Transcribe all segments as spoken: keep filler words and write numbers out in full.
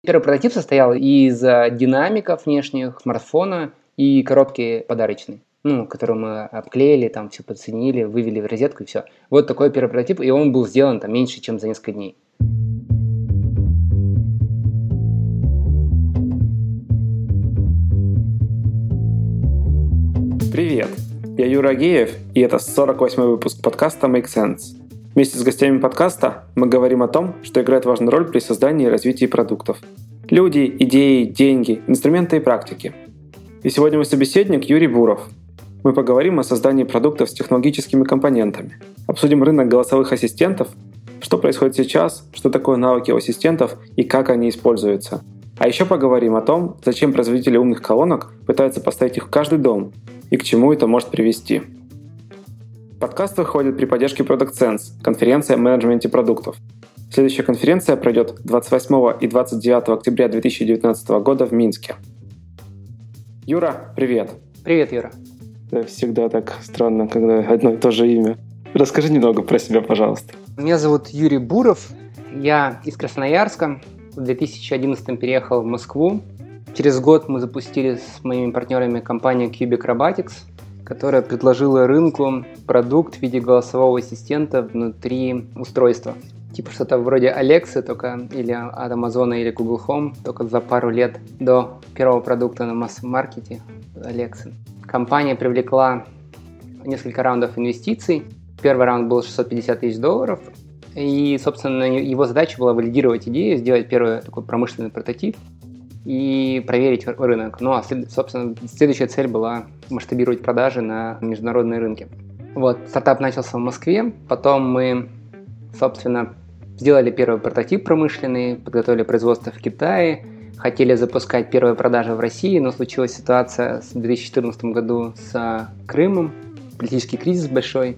Первый прототип состоял из динамиков внешних, смартфона и коробки подарочной, ну, которую мы обклеили, там все подсоединили, вывели в розетку и все. Вот такой первый прототип, и он был сделан там меньше, чем за несколько дней. Привет, я Юра Агеев, и это сорок восьмой выпуск подкаста Make Sense. Вместе с гостями подкаста мы говорим о том, что играет важную роль при создании и развитии продуктов. Люди, идеи, деньги, инструменты и практики. И сегодня мой собеседник Юрий Буров. Мы поговорим о создании продуктов с технологическими компонентами. Обсудим рынок голосовых ассистентов, что происходит сейчас, что такое навыки у ассистентов и как они используются. А еще поговорим о том, зачем производители умных колонок пытаются поставить их в каждый дом и к чему это может привести. Подкаст выходит при поддержке Product Sense, конференция о менеджменте продуктов. Следующая конференция пройдет двадцать восьмого и двадцать девятого октября две тысячи девятнадцатого года в Минске. Юра, привет. Привет, Юра. Это всегда так странно, когда одно и то же имя. Расскажи немного про себя, пожалуйста. Меня зовут Юрий Буров. Я из Красноярска. В две тысячи одиннадцатом переехал в Москву. Через год мы запустили с моими партнерами компанию Cubic Robotics, которая предложила рынку продукт в виде голосового ассистента внутри устройства. Типа что-то вроде Alexa, только или от Amazon или Google Home, только за пару лет до первого продукта на масс-маркете Alexa. Компания привлекла несколько раундов инвестиций. Первый раунд был шестьсот пятьдесят тысяч долларов. И, собственно, его задача была валидировать идею, сделать первый такой промышленный прототип и проверить рынок. Ну, а, собственно, следующая цель была масштабировать продажи на международные рынки. Вот, стартап начался в Москве, потом мы, собственно, сделали первый прототип промышленный, подготовили производство в Китае, хотели запускать первые продажи в России, но случилась ситуация в две тысячи четырнадцатом году с Крымом, политический кризис большой,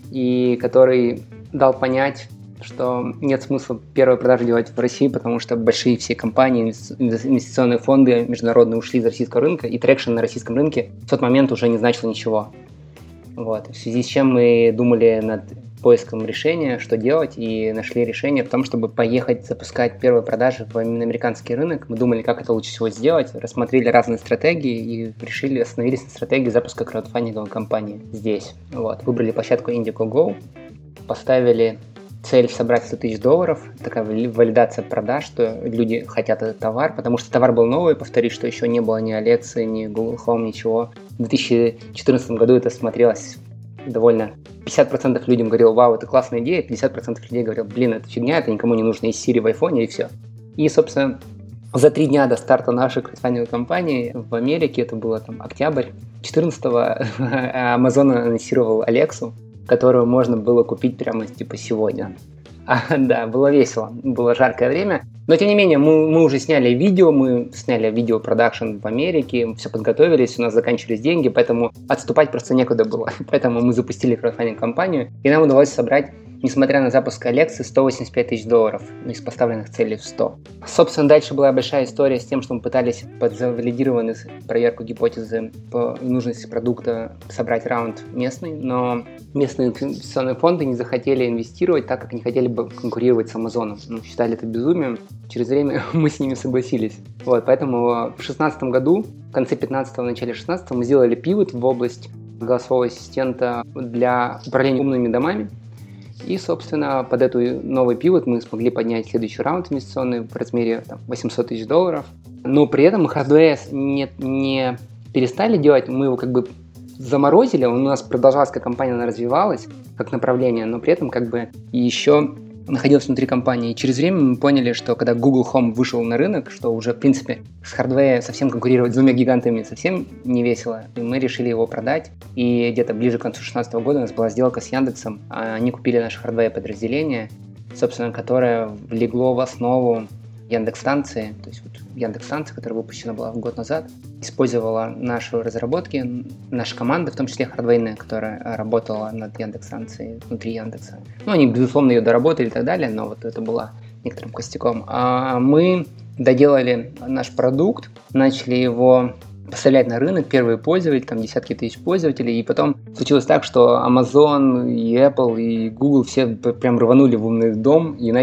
и который дал понять, что нет смысла первые продажи делать в России, потому что большие все компании, инвестиционные фонды международные ушли из российского рынка, и трекшн на российском рынке в тот момент уже не значило ничего. Вот. В связи с чем мы думали над поиском решения, что делать, и нашли решение в том, чтобы поехать запускать первые продажи в американский рынок. Мы думали, как это лучше всего сделать, рассмотрели разные стратегии и решили, остановились на стратегии запуска краудфандинговой компании здесь. Вот. Выбрали площадку Indiegogo, поставили цель собрать сто тысяч долларов, такая валидация продаж, что люди хотят этот товар, потому что товар был новый, повторюсь, что еще не было ни Alexa, ни Google Home, ничего. В две тысячи четырнадцатом году это смотрелось довольно... пятьдесят процентов людям говорил, вау, это классная идея, пятьдесят процентов людей говорил, блин, это фигня, это никому не нужно, есть Siri в айфоне и все. И, собственно, за три дня до старта нашей краудфандинговой кампании в Америке, это было там октябрь, четырнадцатого Amazon анонсировал Алексу, которую можно было купить прямо типа сегодня. А, да, было весело, было жаркое время. Но тем не менее, мы, мы уже сняли видео, мы сняли видеопродакшн в Америке, все подготовились, у нас заканчивались деньги, поэтому отступать просто некуда было. Поэтому мы запустили краудфандинг-компанию, и нам удалось собрать, несмотря на запуск Alexa, сто восемьдесят пять тысяч долларов из поставленных целей в сто. Собственно, дальше была большая история с тем, что мы пытались под завалидированную проверку гипотезы по нужности продукта собрать раунд местный, но местные инвестиционные фонды не захотели инвестировать, так как не хотели бы конкурировать с Amazon. Ну, считали это безумием. Через время мы с ними согласились. Вот, поэтому в две тысячи шестнадцатом году, в конце пятнадцатого, в начале шестнадцатого мы сделали пивот в область голосового ассистента для управления умными домами. И, собственно, под эту новый пивот мы смогли поднять следующий раунд инвестиционный в размере там, восемьсот тысяч долларов. Но при этом мы хардвер не, не перестали делать, мы его как бы заморозили, у нас продолжалась как компания, она развивалась как направление, но при этом как бы еще находилась внутри компании. И через время мы поняли, что когда Google Home вышел на рынок, что уже, в принципе, с хардвер совсем конкурировать с двумя гигантами совсем не весело, и мы решили его продать. И где-то ближе к концу две тысячи шестнадцатого года у нас была сделка с Яндексом, они купили наше хардвер подразделение, собственно, которое влегло в основу Яндекс.Станции, то есть вот Яндекс.Станция, которая выпущена была год назад, использовала наши разработки, наша команда, в том числе хардвейная, которая работала над Яндекс.Станцией внутри Яндекса. Ну, они, безусловно, ее доработали и так далее, но вот это было некоторым костяком. А мы доделали наш продукт, начали его поставлять на рынок, первые пользователи, там десятки тысяч пользователей, и потом случилось так, что Amazon, и Apple, и Google все прям рванули в умный дом и начали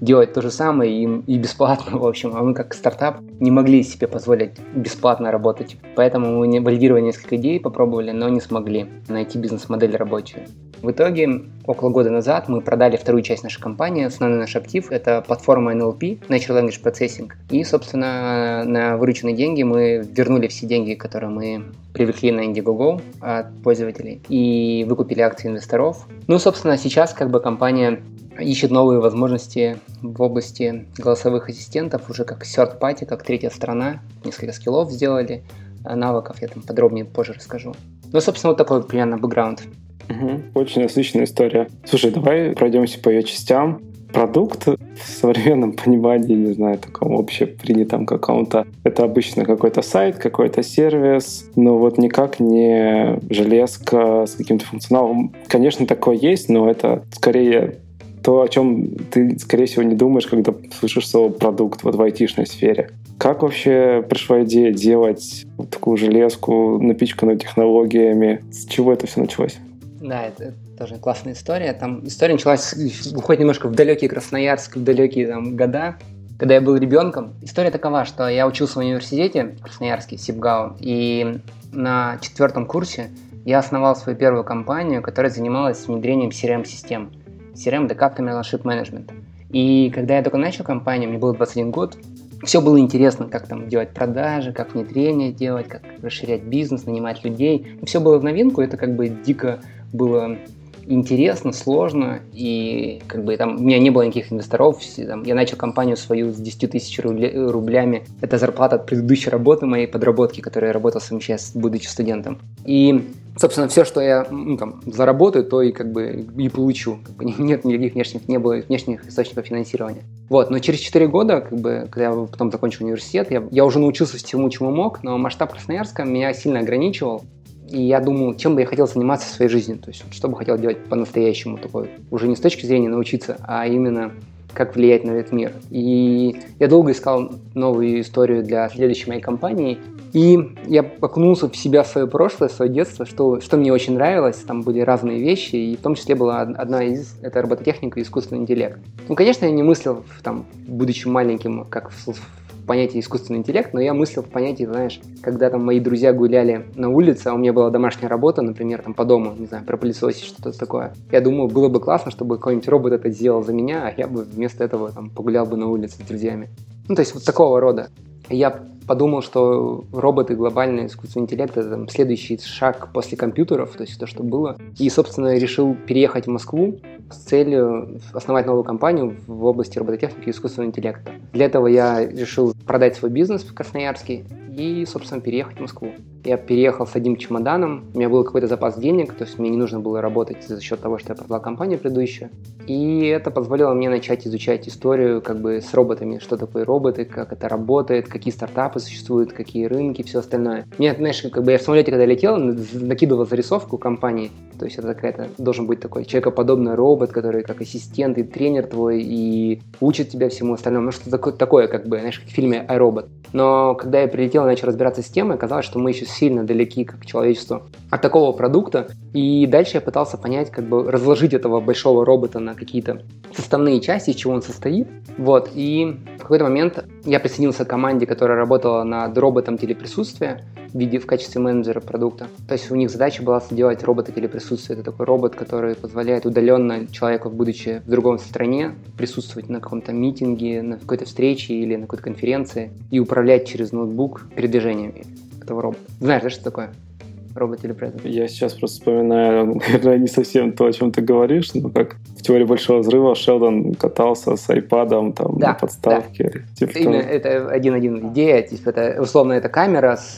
делать то же самое и, и бесплатно, в общем. А мы как стартап не могли себе позволить бесплатно работать. Поэтому мы валидировали несколько идей, попробовали, но не смогли найти бизнес-модель рабочую. В итоге, около года назад мы продали вторую часть нашей компании. Основной наш актив – это платформа эн эл пи, Natural Language Processing. И, собственно, на вырученные деньги мы вернули все деньги, которые мы привлекли на Indiegogo от пользователей, и выкупили акции инвесторов. Ну, собственно, сейчас как бы компания ищет новые возможности в области голосовых ассистентов, уже как third party, как третья сторона. Несколько скиллов сделали, навыков я там подробнее позже расскажу. Ну, собственно, вот такой примерно бэкграунд. Угу. Очень насыщенная история. Слушай, давай пройдемся по ее частям. Продукт в современном понимании, не знаю, таком общепринятом каком-то, это обычно какой-то сайт, какой-то сервис, но вот никак не железка с каким-то функционалом. Конечно, такое есть, но это скорее то, о чем ты, скорее всего, не думаешь, когда слышишь слово «продукт» вот в айтишной сфере. Как вообще пришла идея делать вот такую железку, напичканную технологиями? С чего это все началось? Да, это, это тоже классная история. Там история началась, уходит немножко в далекий Красноярск, в далекие там года, когда я был ребенком. История такова, что я учился в университете в Красноярске, СибГАУ, и на четвертом курсе я основал свою первую компанию, которая занималась внедрением си ар эм-систем. си ар эм – это Customer Relationship Management. И когда я только начал компанию, мне было двадцать один год, все было интересно, как там делать продажи, как внедрение делать, как расширять бизнес, нанимать людей. Все было в новинку, это как бы дико было интересно, сложно, и как бы там у меня не было никаких инвесторов. Там, я начал компанию свою с десятью тысячами рублями. Это зарплата от предыдущей работы моей подработки, которой я работал сейчас, будучи студентом. И, собственно, все, что я ну, там, заработаю, то и как бы и получу. Как бы, нет никаких внешних, не было внешних источников финансирования. Вот, но через четыре года, как бы, когда я потом закончил университет, я, я уже научился всему, чему мог, но масштаб Красноярска меня сильно ограничивал. И я думал, чем бы я хотел заниматься в своей жизни, то есть что бы хотел делать по-настоящему, такой, уже не с точки зрения научиться, а именно как влиять на этот мир. И я долго искал новую историю для следующей моей компании, и я окунулся в себя, в свое прошлое, в свое детство, что, что мне очень нравилось, там были разные вещи, и в том числе была одна из, это робототехника и искусственный интеллект. Ну, конечно, я не мыслил, там, будучи маленьким, как в понятие искусственный интеллект, но я мыслил в понятии, знаешь, когда там мои друзья гуляли на улице, а у меня была домашняя работа, например, там по дому, не знаю, пропылесосить, что-то такое. Я думаю, было бы классно, чтобы какой-нибудь робот это сделал за меня, а я бы вместо этого там погулял бы на улице с друзьями. Ну, то есть вот такого рода. Я подумал, что роботы, глобальный искусственный интеллект – это там, следующий шаг после компьютеров, то есть то, что было. И, собственно, решил переехать в Москву с целью основать новую компанию в области робототехники и искусственного интеллекта. Для этого я решил продать свой бизнес в Красноярске и, собственно, переехать в Москву. Я переехал с одним чемоданом, у меня был какой-то запас денег, то есть мне не нужно было работать за счет того, что я продал компанию предыдущую. И это позволило мне начать изучать историю как бы с роботами, что такое роботы, как это работает, какие стартапы существуют, какие рынки, все остальное. Мне, знаешь, как бы я в самолете, когда летел, накидывал зарисовку компании, то есть это какая-то, должен быть такой человекоподобный робот, который как ассистент и тренер твой, и учит тебя всему остальному, ну что такое, такое как бы, знаешь, как в фильме «iRobot». Но когда я прилетел и начал разбираться с темой, оказалось, что мы еще сильно далеки, как человечество, от такого продукта. И дальше я пытался понять, как бы разложить этого большого робота на какие-то составные части, из чего он состоит. Вот. И в какой-то момент я присоединился к команде, которая работала над роботом телеприсутствия в виде в качестве менеджера продукта. То есть у них задача была сделать робота телеприсутствия. Это такой робот, который позволяет удаленно человеку, будучи в другой стране, присутствовать на каком-то митинге, на какой-то встрече или на какой-то конференции и управлять через ноутбук передвижениями этого робота. Знаешь, да, что такое? Робот-телепрезент. Я сейчас просто вспоминаю, наверное, не совсем то, о чем ты говоришь, но как в «Теории большого взрыва» Шелдон катался с айпадом там, да, на подставке. Да. Типа именно того. Это один-один идея. Типа, это, условно, это камера с,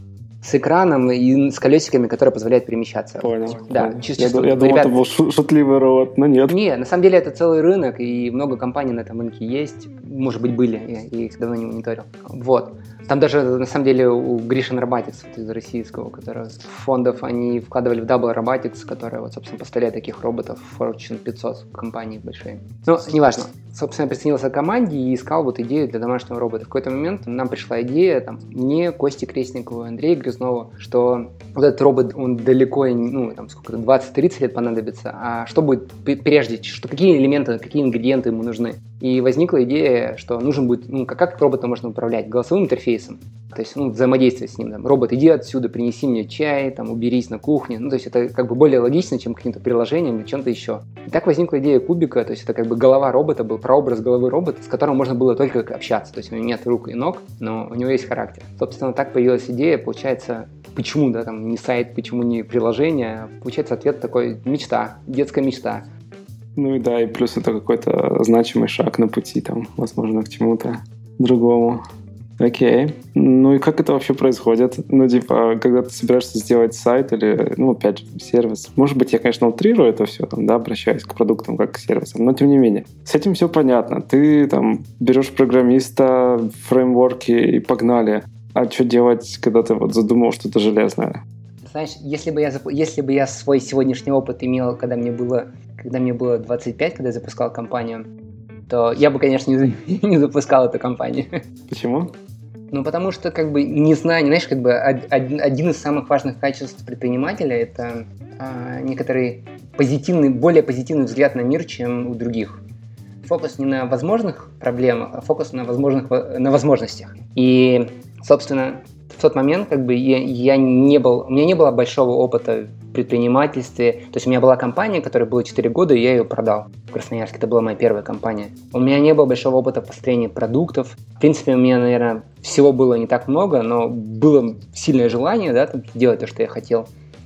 с экраном и с колесиками, которые позволяют перемещаться. Понял. Да, понял. чисто, я что, я думал, ребят... это был шутливый робот, но нет. Не, на самом деле это целый рынок, и много компаний на этом рынке есть. Может быть, были, я, я их давно не мониторил. Вот. Там даже, на самом деле, у Гришин Robotics, вот из российского, который фондов, они вкладывали в Double Robotics, которая, вот, собственно, поставляет таких роботов Fortune пятьсот компаний большие. Но неважно. Собственно, я присоединился к команде и искал вот идею для домашнего робота. В какой-то момент нам пришла идея, там, мне, Косте Крестникову, Андрею Грязнову, что вот этот робот, он далеко, ну, там, сколько-то, двадцать-тридцать лет понадобится, а что будет прежде, что, какие элементы, какие ингредиенты ему нужны. И возникла идея, что нужен будет, ну, как, как роботом можно управлять? Голосовым интерфейсом. То есть, ну, взаимодействие с ним. Там, робот, иди отсюда, принеси мне чай, там, уберись на кухне. Ну, то есть, это как бы более логично, чем каким-то приложением или чем-то еще. И так возникла идея кубика, то есть, это как бы голова робота, был прообраз головы робота, с которым можно было только общаться. То есть, у него нет рук и ног, но у него есть характер. Собственно, так появилась идея, получается, почему, да, там, не сайт, почему не приложение, получается, ответ такой, мечта, детская мечта. Ну и да, и плюс это какой-то значимый шаг на пути, там, возможно, к чему-то другому. Окей. Ну и как это вообще происходит? Ну, типа, когда ты собираешься сделать сайт или, ну, опять же, сервис. Может быть, я, конечно, утрирую это все, там, да, обращаюсь к продуктам как к сервисам, но тем не менее. С этим все понятно. Ты, там, берешь программиста, фреймворки и погнали. А что делать, когда ты вот задумал что-то железное? Знаешь, если бы я, если бы я свой сегодняшний опыт имел, когда мне было, когда мне было двадцать пять, когда я запускал компанию, то я бы, конечно, не, не запускал эту компанию. Почему? Ну, потому что, как бы, не знаю, знаешь, как бы один, один из самых важных качеств предпринимателя – это а, некоторый позитивный, более позитивный взгляд на мир, чем у других. Фокус не на возможных проблемах, а фокус на, возможных, на возможностях. И, собственно, в тот момент, как бы, я, я не был, у меня не было большого опыта в предпринимательстве. То есть у меня была компания, которой было четыре года, и я ее продал в Красноярске. Это была моя первая компания. У меня не было большого опыта в построении продуктов. В принципе, у меня, наверное, всего было не так много, но было сильное желание, да, делать то, что я хотел.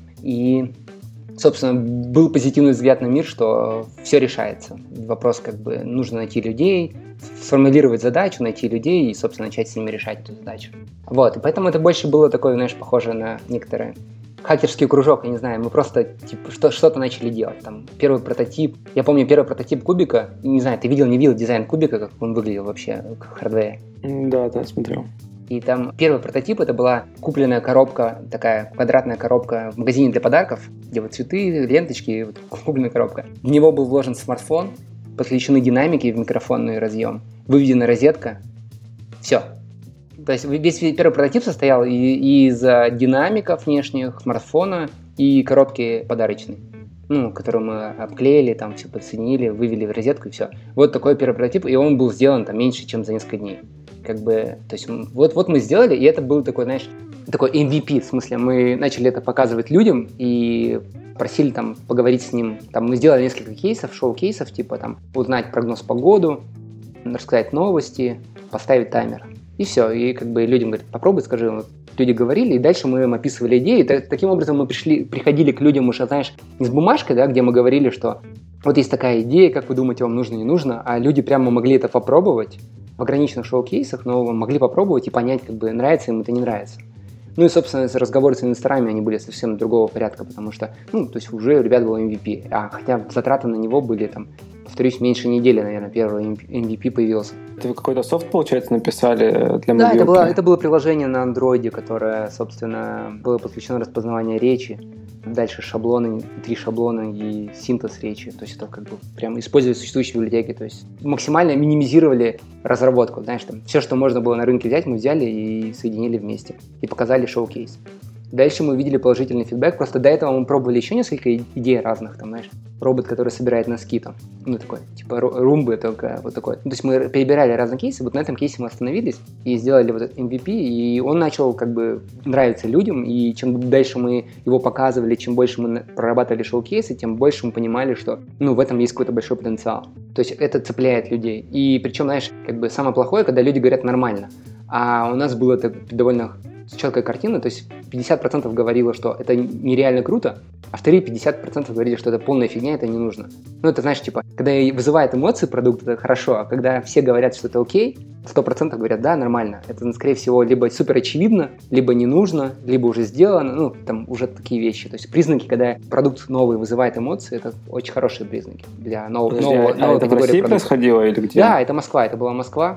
И, собственно, был позитивный взгляд на мир, что все решается. Вопрос, как бы, нужно найти людей, сформулировать задачу, найти людей и, собственно, начать с ними решать эту задачу. Вот, и поэтому это больше было такое, знаешь, похоже на некоторые хакерский кружок, я не знаю, мы просто типа что, что-то начали делать. Там первый прототип, я помню первый прототип кубика, не знаю, ты видел, не видел дизайн кубика, как он выглядел вообще, как хардвер? Да, да, смотрел. И там первый прототип, это была купленная коробка, такая квадратная коробка в магазине для подарков, где вот цветы, ленточки, вот купленная коробка. В него был вложен смартфон, подключены динамики в микрофонный разъем, выведена розетка, все. То есть весь первый прототип состоял из динамиков внешних, смартфона и коробки подарочной, ну, которую мы обклеили, там все подсоединили, вывели в розетку и все. Вот такой первый прототип, и он был сделан там меньше, чем за несколько дней. Как бы, то есть вот, вот мы сделали, и это был такой, знаешь, такой эм ви пи, в смысле, мы начали это показывать людям и просили там поговорить с ним. Там мы сделали несколько кейсов, шоу-кейсов, типа там узнать прогноз погоды, рассказать новости, поставить таймер. И все, и как бы людям говорят, попробуй, скажи, вот люди говорили, и дальше мы им описывали идеи, и таким образом мы пришли, приходили к людям уже, знаешь, не с бумажкой, да, где мы говорили, что вот есть такая идея, как вы думаете, вам нужно, не нужно, а люди прямо могли это попробовать в ограниченных шоу-кейсах, но могли попробовать и понять, как бы нравится им это, не нравится. Ну и, собственно, разговоры с инвесторами, они были совсем другого порядка, потому что, ну, то есть уже у ребят был эм ви пи, а хотя затраты на него были там, повторюсь, меньше недели, наверное, первый эм ви пи появился. Это вы какой-то софт, получается, написали для мобилки? Да, это было, это было приложение на андроиде, которое, собственно, было подключено распознавание речи, дальше шаблоны, три шаблона и синтез речи, то есть это как бы прям используя существующие библиотеки, то есть максимально минимизировали разработку, знаешь, там все, что можно было на рынке взять, мы взяли и соединили вместе, и показали шоу-кейс. Дальше мы увидели положительный фидбэк, просто до этого мы пробовали еще несколько идей разных, там, знаешь, робот, который собирает носки, там, ну, такой, типа румбы, только вот такой. Ну, то есть мы перебирали разные кейсы, вот на этом кейсе мы остановились и сделали вот этот эм ви пи, и он начал, как бы, нравиться людям, и чем дальше мы его показывали, чем больше мы прорабатывали шоу-кейсы, тем больше мы понимали, что, ну, в этом есть какой-то большой потенциал. То есть это цепляет людей. И причем, знаешь, как бы самое плохое, когда люди говорят нормально, а у нас было это довольно четкая картина, то есть пятьдесят процентов говорило, что это нереально круто, а вторые пятьдесят процентов говорили, что это полная фигня, это не нужно. Ну, это, знаешь, типа, когда вызывает эмоции продукт, это хорошо, а когда все говорят, что это окей, сто процентов говорят, да, нормально. Это, скорее всего, либо супер очевидно, либо не нужно, либо уже сделано, ну, там уже такие вещи. То есть признаки, когда продукт новый вызывает эмоции, это очень хорошие признаки для нового, Подожди, нового, а новой это категории в России продукта. происходило или где? Да, это Москва, это была Москва.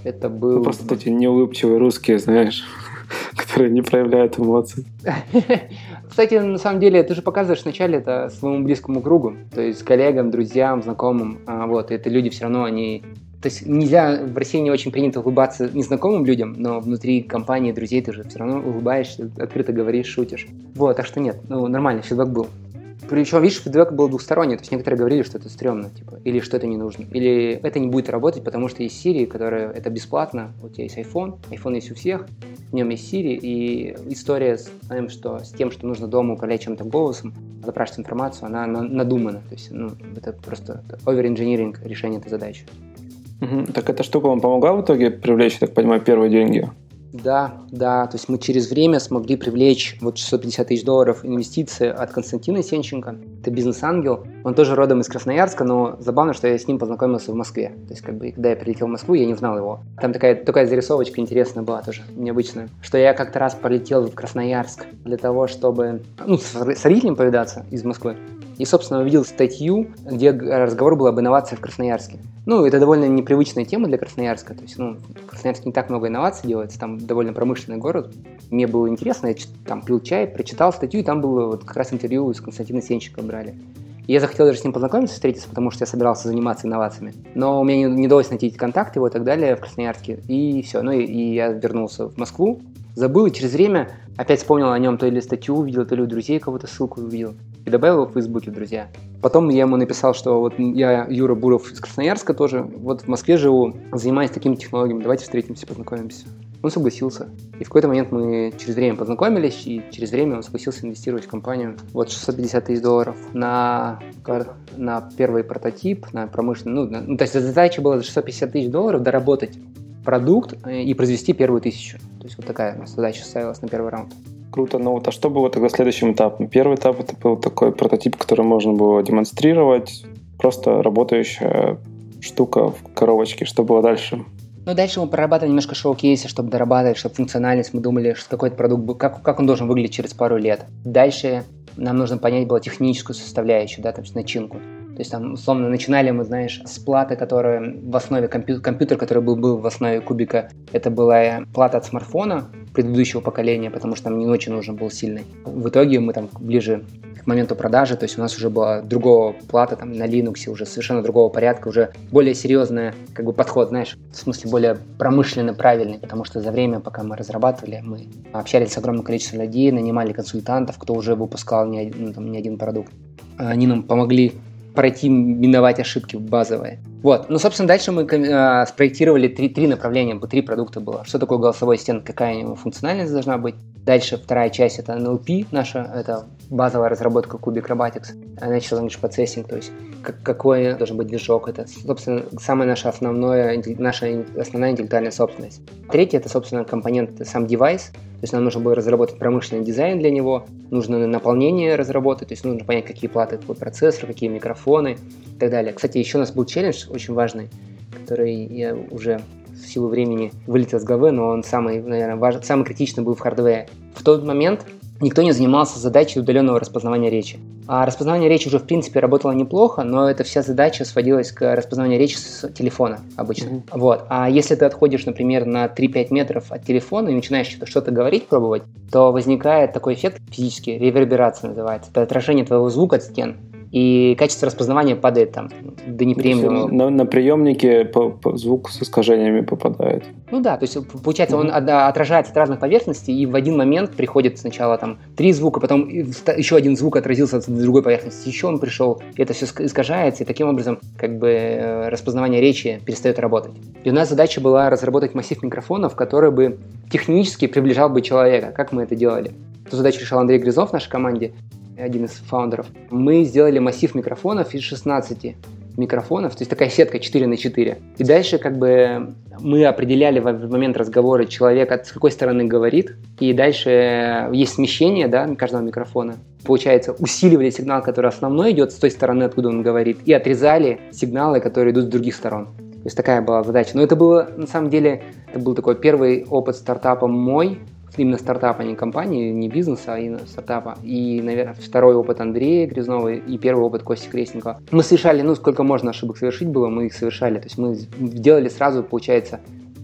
Это был... Ну, просто эти неулыбчивые русские, знаешь, которые не проявляют эмоций. Кстати, на самом деле, ты же показываешь вначале это своему близкому кругу, то есть коллегам, друзьям, знакомым. Вот, и это люди все равно, они... То есть нельзя, в России не очень принято улыбаться незнакомым людям, но внутри компании, друзей ты же все равно улыбаешься, открыто говоришь, шутишь. Вот, так что нет, ну нормально, фидбэк был. Причем, видишь, фидбэк был двухсторонний, то есть некоторые говорили, что это стрёмно, типа, или что это не нужно, или это не будет работать, потому что есть Siri, которая, это бесплатно, у тебя есть iPhone, iPhone есть у всех, в нем есть Siri, и история с тем, что, с тем, что нужно дома управлять чем-то голосом, запрашивать информацию, она надумана, то есть, ну, это просто over-engineering решение этой задачи. Угу. Так эта штука вам помогла в итоге привлечь, так понимаю, первые деньги? Да, да, то есть мы через время смогли привлечь вот шестьсот пятьдесят тысяч долларов инвестиций от Константина Сенченко, это бизнес-ангел, он тоже родом из Красноярска, но забавно, что я с ним познакомился в Москве, то есть как бы когда я прилетел в Москву, я не знал его. Там такая, такая зарисовочка интересная была тоже, необычная, что я как-то раз полетел в Красноярск для того, чтобы, ну, с, с родителями повидаться из Москвы. И, собственно, увидел статью, где разговор был об инновациях в Красноярске. Ну, это довольно непривычная тема для Красноярска. То есть, ну, в Красноярске не так много инноваций делается, там довольно промышленный город. Мне было интересно, я там пил чай, прочитал статью, и там было вот как раз интервью с Константином Сенченко брали. И я захотел даже с ним познакомиться, встретиться, потому что я собирался заниматься инновациями. Но у меня не, не удалось найти контакты его и так далее в Красноярске. И все, ну и, и я вернулся в Москву, забыл, и через время опять вспомнил о нем, то ли статью увидел, то ли у друзей кого-то ссылку увидел. И добавил его в Фейсбуке в друзья. Потом я ему написал, что вот я Юра Буров из Красноярска тоже, вот в Москве живу, занимаюсь такими технологиями, давайте встретимся, познакомимся. Он согласился. И в какой-то момент мы через время познакомились, и через время он согласился инвестировать в компанию. Вот шестьсот пятьдесят тысяч долларов на, на первый прототип, на промышленный. Ну, на, ну, то есть задача была за шестьсот пятьдесят тысяч долларов доработать продукт и произвести первую тысячу. То есть вот такая у нас задача ставилась на первый раунд. Круто. Ну вот, а что было тогда следующим этапом? Первый этап — это был такой прототип, который можно было демонстрировать, просто работающая штука в коробочке. Что было дальше? Ну, дальше мы прорабатывали немножко шоу-кейсы, чтобы дорабатывать, чтобы функциональность. Мы думали, что какой-то продукт был, как, как он должен выглядеть через пару лет. Дальше нам нужно понять было техническую составляющую, да, там, начинку. То есть там, условно, начинали мы, знаешь, с платы, которая в основе компью- компьютер, который был, был в основе кубика, это была плата от смартфона предыдущего поколения, потому что нам не очень нужен был сильный. В итоге мы там ближе к моменту продажи, то есть у нас уже была другого плата там на Linux, уже совершенно другого порядка, уже более серьезный как бы подход, знаешь, в смысле более промышленно правильный, потому что за время, пока мы разрабатывали, мы общались с огромным количеством людей, нанимали консультантов, кто уже выпускал не один, ну, там, не один продукт. Они нам помогли пройти, миновать ошибки базовые. Вот. Ну, собственно, дальше мы э, спроектировали три, три направления, три продукта было. Что такое голосовой ассистент, какая у него функциональность должна быть. Дальше вторая часть — это эн эл пи наша, это базовая разработка Cubic Robotics, Natural Language Processing, то есть как, какой должен быть движок. Это, собственно, самая наша основная, наша основная интеллектуальная собственность. Третье — это, собственно, компонент, это сам девайс. То есть нам нужно было разработать промышленный дизайн для него, нужно наполнение разработать, то есть нужно понять, какие платы, какой процессор, какие микрофоны и так далее. Кстати, еще у нас был челлендж очень важный, который я уже в силу времени вылетел с головы, но он самый, наверное, важный, самый критичный был в хардвере. В тот момент никто не занимался задачей удаленного распознавания речи. А распознавание речи уже, в принципе, работало неплохо, но эта вся задача сводилась к распознаванию речи с телефона обычно. Mm-hmm. Вот. А если ты отходишь, например, на три-пять метров от телефона и начинаешь что-то, что-то говорить, пробовать, то возникает такой эффект физический, реверберация называется. Это отражение твоего звука от стен. И качество распознавания падает там до неприемлемого. На, на приемнике по, по звук с искажениями попадает. Ну да, то есть получается, mm-hmm. он отражается от разных поверхностей, и в один момент приходит сначала там три звука, потом еще один звук отразился от другой поверхности, еще он пришел, и это все искажается, и таким образом как бы распознавание речи перестает работать. И у нас задача была разработать массив микрофонов, который бы технически приближал бы человека. Как мы это делали? Эту задачу решал Андрей Грызов в нашей команде, один из фаундеров. Мы сделали массив микрофонов из шестнадцати микрофонов, то есть такая сетка четыре на четыре. И дальше как бы мы определяли в момент разговора человека, с какой стороны говорит, и дальше есть смещение, да, каждого микрофона. Получается, усиливали сигнал, который основной идет с той стороны, откуда он говорит, и отрезали сигналы, которые идут с других сторон. То есть такая была задача. Но это было, на самом деле, это был такой первый опыт стартапа мой, именно стартапа, не компании, не бизнеса, а именно стартапа. И, наверное, второй опыт Андрея Грязнова и первый опыт Кости Крестникова. Мы совершали, ну, сколько можно ошибок совершить было, мы их совершали. То есть мы делали сразу, получается,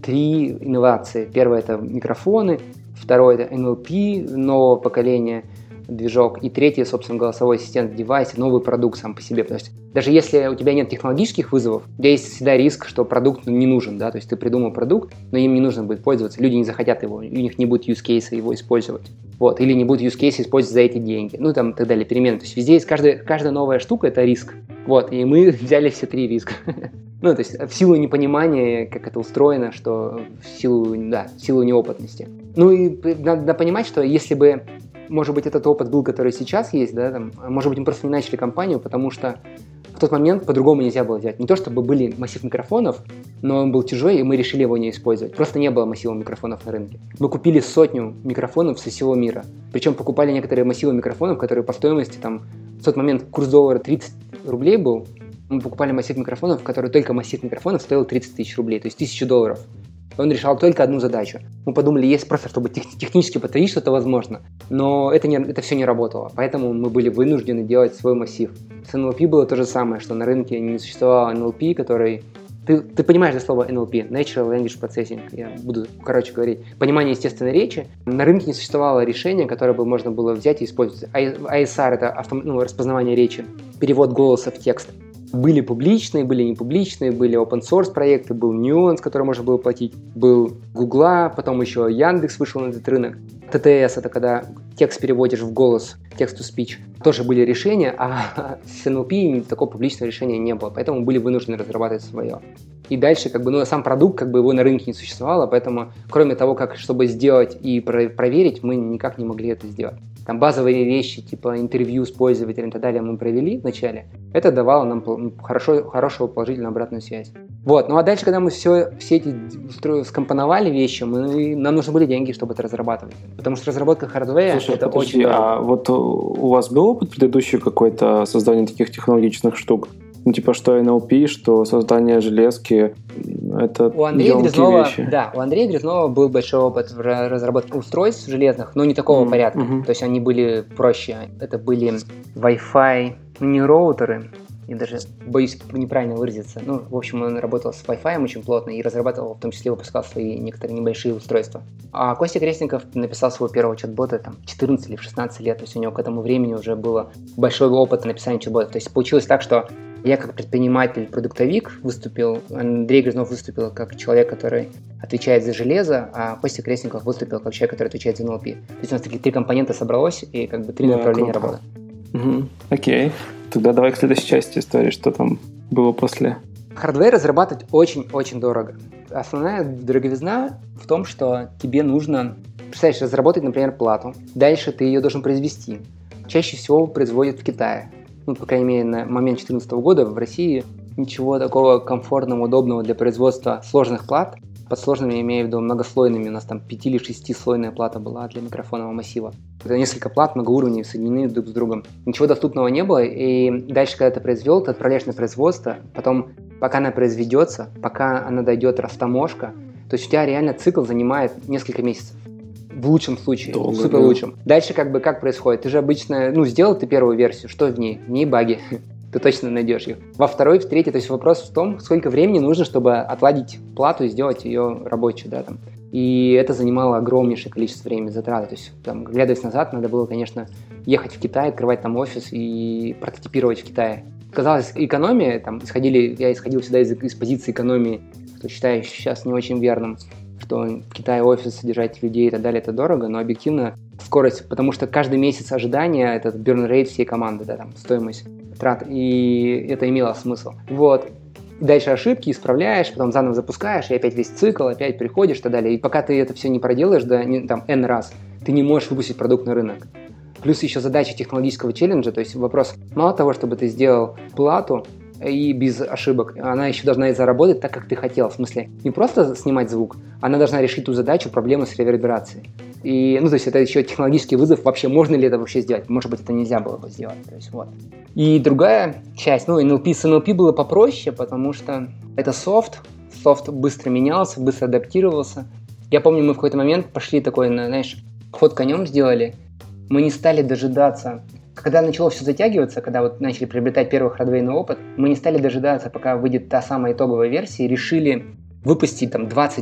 три инновации. Первое – это микрофоны, второе – это эн эл пи нового поколения, движок, и третий, собственно, голосовой ассистент в девайсе, новый продукт сам по себе. То есть даже если у тебя нет технологических вызовов, у тебя есть всегда риск, что продукт не нужен, да, то есть ты придумал продукт, но им не нужно будет пользоваться, люди не захотят его, у них не будет use case его использовать, вот, или не будет use case использовать за эти деньги, ну, там, и так далее, перемены. То есть везде есть каждая, каждая новая штука – это риск, вот, и мы взяли все три риска. Ну, то есть в силу непонимания, как это устроено, что в силу, да, в силу неопытности. Ну, и надо, надо понимать, что если бы, может быть, этот опыт был, который сейчас есть, да, там, может быть, мы просто не начали компанию, потому что в тот момент по-другому нельзя было взять. Не то, чтобы были массив микрофонов, но он был чужой, и мы решили его не использовать. Просто не было массива микрофонов на рынке. Мы купили сотню микрофонов со всего мира. Причем покупали некоторые массивы микрофонов, которые по стоимости, там, в тот момент курс доллара тридцать рублей был. Мы покупали массив микрофонов, который только массив микрофонов стоил тридцать тысяч рублей, то есть тысячу долларов. Он решал только одну задачу. Мы подумали, есть просто, чтобы тех, технически подтвердить, что это возможно. Но это, не, это все не работало. Поэтому мы были вынуждены делать свой массив. С эн эл пи было то же самое, что на рынке не существовало эн эл пи, который... Ты, ты понимаешь это слово эн эл пи, Natural Language Processing. Я буду короче говорить. Понимание естественной речи. На рынке не существовало решения, которое бы можно было взять и использовать. эй эс ар – это автом... ну, распознавание речи, перевод голоса в текст. Были публичные, были непубличные, были open source проекты, был Nuance, который можно было платить, был Гугла, потом еще Яндекс вышел на этот рынок. ти ти эс – это когда текст переводишь в голос, text-to-speech. Тоже были решения, а с эн эл пи такого публичного решения не было, поэтому были вынуждены разрабатывать свое. И дальше, как бы, ну, сам продукт, как бы, его на рынке не существовало, поэтому, кроме того, как, чтобы сделать и про- проверить, мы никак не могли это сделать. Там базовые вещи, типа интервью с пользователем и так далее мы провели вначале. Это давало нам хорошо, хорошую положительную обратную связь. Вот, ну а дальше, когда мы все, все эти скомпоновали вещи, мы, нам нужны были деньги, чтобы это разрабатывать. Потому что разработка хардвера – это подожди, очень дорого. А вот у вас был опыт предыдущий какой-то создания таких технологичных штук? Ну, типа, что эн эл пи, что создание железки – это у Андрея Грязнова, вещи. Да, у Андрея Грязнова был большой опыт в разработке устройств железных, но не такого mm-hmm. порядка. Mm-hmm. То есть они были проще. Это были Wi-Fi, ну, не роутеры, я даже боюсь неправильно выразиться. Ну, в общем, он работал с Wi-Fi очень плотно и разрабатывал, в том числе выпускал свои некоторые небольшие устройства. А Костя Крестников написал своего первого чат-бота там, в четырнадцать или в шестнадцать лет, то есть у него к этому времени уже было большой опыт написания чат-ботов. То есть получилось так, что я как предприниматель-продуктовик выступил, Андрей Грязнов выступил как человек, который отвечает за железо, а Костя Крестников выступил как человек, который отвечает за эн эл пи. То есть у нас такие три компонента собралось, и как бы три да, направления круто. работы. Угу. Окей. Тогда давай к следующей части истории, что там было после. Хардвер разрабатывать очень-очень дорого. Основная дороговизна в том, что тебе нужно, представляешь, разработать, например, плату. Дальше ты ее должен произвести. Чаще всего производят в Китае. Ну, по крайней мере, на момент две тысячи четырнадцатого года в России ничего такого комфортного, удобного для производства сложных плат, под сложными я имею в виду многослойными, у нас там пяти- или шестислойная плата была для микрофонного массива. Это несколько плат, много уровней, соединены друг с другом. Ничего доступного не было, и дальше, когда ты произвел, ты отправляешь на производство, потом, пока она произведется, пока она дойдет растаможка, то есть у тебя реально цикл занимает несколько месяцев. В лучшем случае, Долго, в супер лучшем. Да. Дальше как бы как происходит? Ты же обычно, ну, сделал ты первую версию, что в ней? В ней баги. Ты точно найдешь их. Во второй, в третьей, то есть вопрос в том, сколько времени нужно, чтобы отладить плату и сделать ее рабочей, да, там. И это занимало огромнейшее количество времени, затрат. То есть, там, глядываясь назад, надо было, конечно, ехать в Китай, открывать там офис и прототипировать в Китае. Казалось, экономия, там, исходили, я исходил всегда из, из позиции экономии, что считаю сейчас не очень верным, что в Китае офис, содержать людей и так далее, это дорого, но объективно скорость, потому что каждый месяц ожидания, это burn rate всей команды, да, там, стоимость трат, и это имело смысл. Вот. Дальше ошибки исправляешь, потом заново запускаешь, и опять весь цикл, опять приходишь и так далее. И пока ты это все не проделаешь, да, не, там, N раз, ты не можешь выпустить продукт на рынок. Плюс еще задача технологического челленджа, то есть вопрос, мало того, чтобы ты сделал плату, и без ошибок. Она еще должна и заработать так, как ты хотел. В смысле, не просто снимать звук, она должна решить ту задачу, проблему с реверберацией. И, ну, то есть это еще технологический вызов. Вообще, можно ли это вообще сделать? Может быть, это нельзя было бы сделать. То есть, вот. И другая часть, ну, эн эл пи с эн эл пи было попроще, потому что это софт. Софт быстро менялся, быстро адаптировался. Я помню, мы в какой-то момент пошли такой, знаешь, ход конем сделали. Мы не стали дожидаться. Когда начало все затягиваться, когда вот начали приобретать первый хардвейный опыт, мы не стали дожидаться, пока выйдет та самая итоговая версия, и решили выпустить там двадцать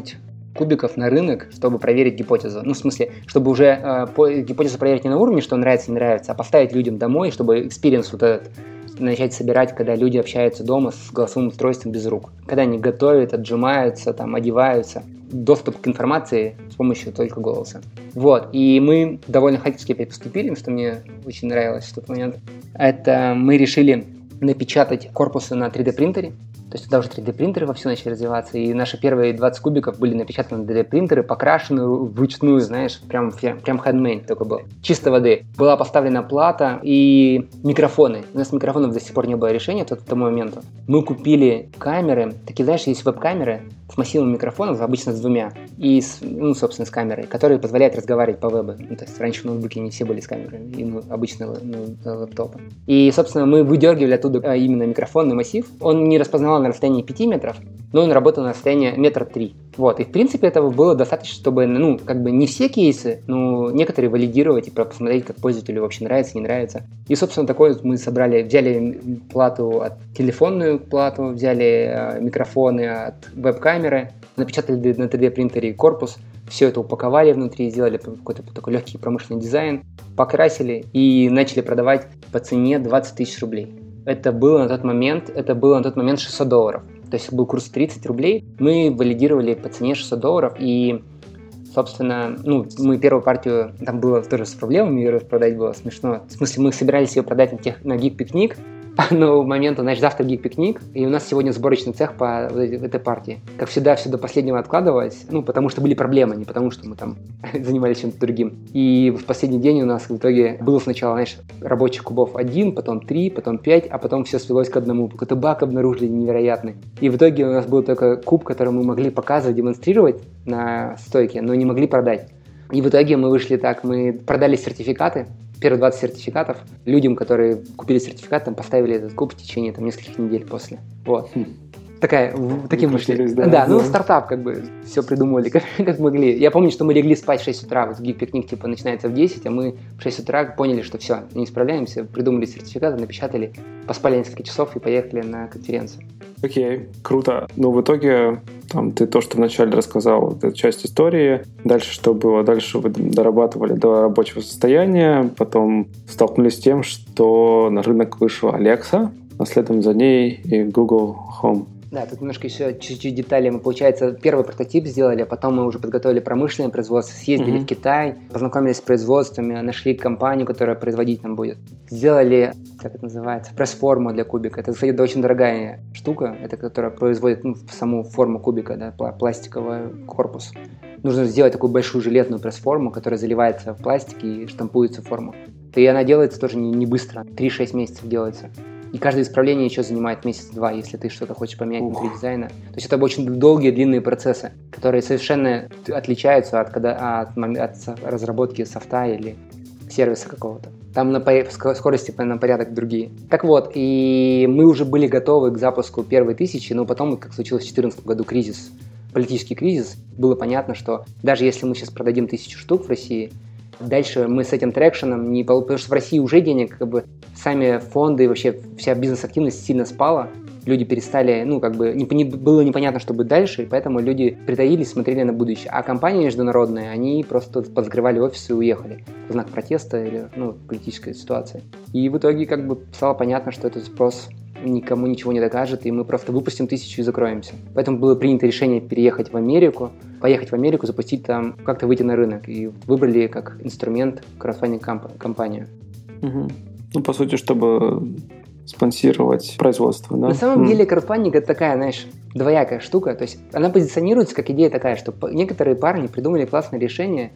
кубиков на рынок, чтобы проверить гипотезу. Ну, в смысле, чтобы уже э, по, гипотезу проверить не на уровне, что нравится, не нравится, а поставить людям домой, чтобы экспириенс вот этот начать собирать, когда люди общаются дома с голосовым устройством без рук. Когда они готовят, отжимаются, там, одеваются. Доступ к информации с помощью только голоса. Вот. И мы довольно хакерски опять поступили, что мне очень нравилось в тот момент. Это мы решили напечатать корпусы на три дэ принтере. То есть тогда уже три дэ принтеры вовсю начали развиваться, и наши первые двадцать кубиков были напечатаны на три дэ принтеры, покрашены вручную, знаешь, прям, прям handmade такой был, чистой воды. Была поставлена плата и микрофоны. У нас микрофонов до сих пор не было решения к тому моменту. Мы купили камеры, такие, знаешь, есть веб-камеры с массивом микрофонов, обычно с двумя, и, с, ну, собственно, с камерой, которые позволяют разговаривать по вебу. Ну, то есть раньше ноутбуки не все были с камерой, и ну, обычно ну, лэптопы. И, собственно, мы выдергивали оттуда именно микрофонный массив. Он не распознавал на расстоянии пяти метров, но он работал на расстоянии метра три. Вот. И, в принципе, этого было достаточно, чтобы, ну, как бы не все кейсы, но некоторые валидировать и посмотреть, как пользователю вообще нравится, не нравится. И, собственно, такое мы собрали, взяли плату от телефонную плату, взяли э, микрофоны от веб-камеры, напечатали на три дэ принтере корпус, все это упаковали внутри, сделали какой-то такой легкий промышленный дизайн, покрасили и начали продавать по цене двадцать тысяч рублей. Это было на тот момент, это было на тот момент шестьсот долларов. То есть был курс тридцать рублей, мы валидировали по цене шестьсот долларов, и, собственно, ну, мы первую партию, там было тоже с проблемами, ее продать было смешно. В смысле, мы собирались ее продать на, тех, на Geek-пикник, но в момент, значит, завтра Geek-пикник, и у нас сегодня сборочный цех по этой партии. Как всегда, все до последнего откладывалось, ну, потому что были проблемы, не потому что мы там занимались чем-то другим. И в последний день у нас в итоге было сначала, знаешь, рабочих кубов один, потом три, потом пять, а потом все свелось к одному. Какой-то баг обнаружили невероятный. И в итоге у нас был только куб, который мы могли показывать, демонстрировать на стойке, но не могли продать. И в итоге мы вышли так, мы продали сертификаты, первые двадцать сертификатов людям, которые купили сертификат, там поставили этот куб в течение там, нескольких недель после. Вот. Хм. Такая, в, таким вышли. Да, да, ну стартап как бы все придумали, как, как могли. Я помню, что мы легли спать в шесть утра, вот Geek-пикник типа начинается в десять, а мы в шесть утра поняли, что все, не справляемся, придумали сертификаты, напечатали, поспали несколько часов и поехали на конференцию. Окей, okay, круто. Но в итоге там, ты то, что вначале рассказал, это часть истории. Дальше что было? Дальше вы дорабатывали до рабочего состояния, потом столкнулись с тем, что на рынок вышла Alexa, а следом за ней и Google Home. Да, тут немножко еще чуть-чуть деталей. Мы, получается, первый прототип сделали, а потом мы уже подготовили промышленное производство, съездили mm-hmm. в Китай, познакомились с производствами, нашли компанию, которая производить нам будет. Сделали, как это называется, пресс-форму для кубика. Это, кстати, очень дорогая штука, это которая производит ну, саму форму кубика, да, пластиковый корпус. Нужно сделать такую большую жилетную пресс-форму, которая заливается в пластик и штампуется в форму. И она делается тоже не, не быстро, три-шесть месяцев делается. И каждое исправление еще занимает месяц-два, если ты что-то хочешь поменять Ух. внутри дизайна. То есть это очень долгие, длинные процессы, которые совершенно отличаются от, когда, от, от разработки софта или сервиса какого-то. Там на скорости на порядок другие. Так вот, и мы уже были готовы к запуску первой тысячи, но потом, как случилось в две тысячи четырнадцатом году, кризис, политический кризис, было понятно, что даже если мы сейчас продадим тысячу штук в России, дальше мы с этим трекшеном не получим, потому что в России уже денег, как бы, сами фонды и вообще вся бизнес-активность сильно спала. Люди перестали, ну, как бы, не, не, было непонятно, что будет дальше, и поэтому люди притаились, смотрели на будущее. А компании международные, они просто позакрывали офисы и уехали в знак протеста или, ну, политической ситуации. И в итоге, как бы, стало понятно, что этот спрос никому ничего не докажет, и мы просто выпустим тысячу и закроемся. Поэтому было принято решение переехать в Америку, поехать в Америку, запустить там, как-то выйти на рынок. И выбрали как инструмент краудфандинг-компанию. Угу. Ну, по сути, чтобы спонсировать производство, да? На самом mm. деле, краудфандинг — это такая, знаешь, двоякая штука. То есть она позиционируется как идея такая, что некоторые парни придумали классное решение,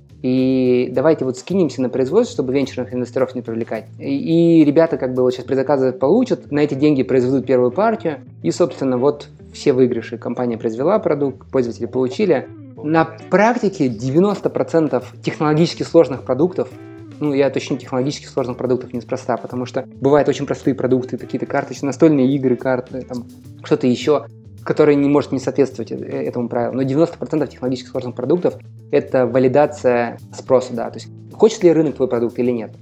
и давайте вот скинемся на производство, чтобы венчурных инвесторов не привлекать. И, и ребята как бы вот сейчас предзаказы получат, на эти деньги произведут первую партию, и, собственно, вот все выигрыши. Компания произвела продукт, пользователи получили. На практике девяносто процентов технологически сложных продуктов, ну, я уточню, технологически сложных продуктов неспроста, потому что бывают очень простые продукты, какие-то карточные, настольные игры, карты, там, что-то еще, которые не может не соответствовать этому правилу. Но девяносто процентов технологически сложных продуктов – это валидация спроса, да, то есть хочет ли рынок твой продукт или нет.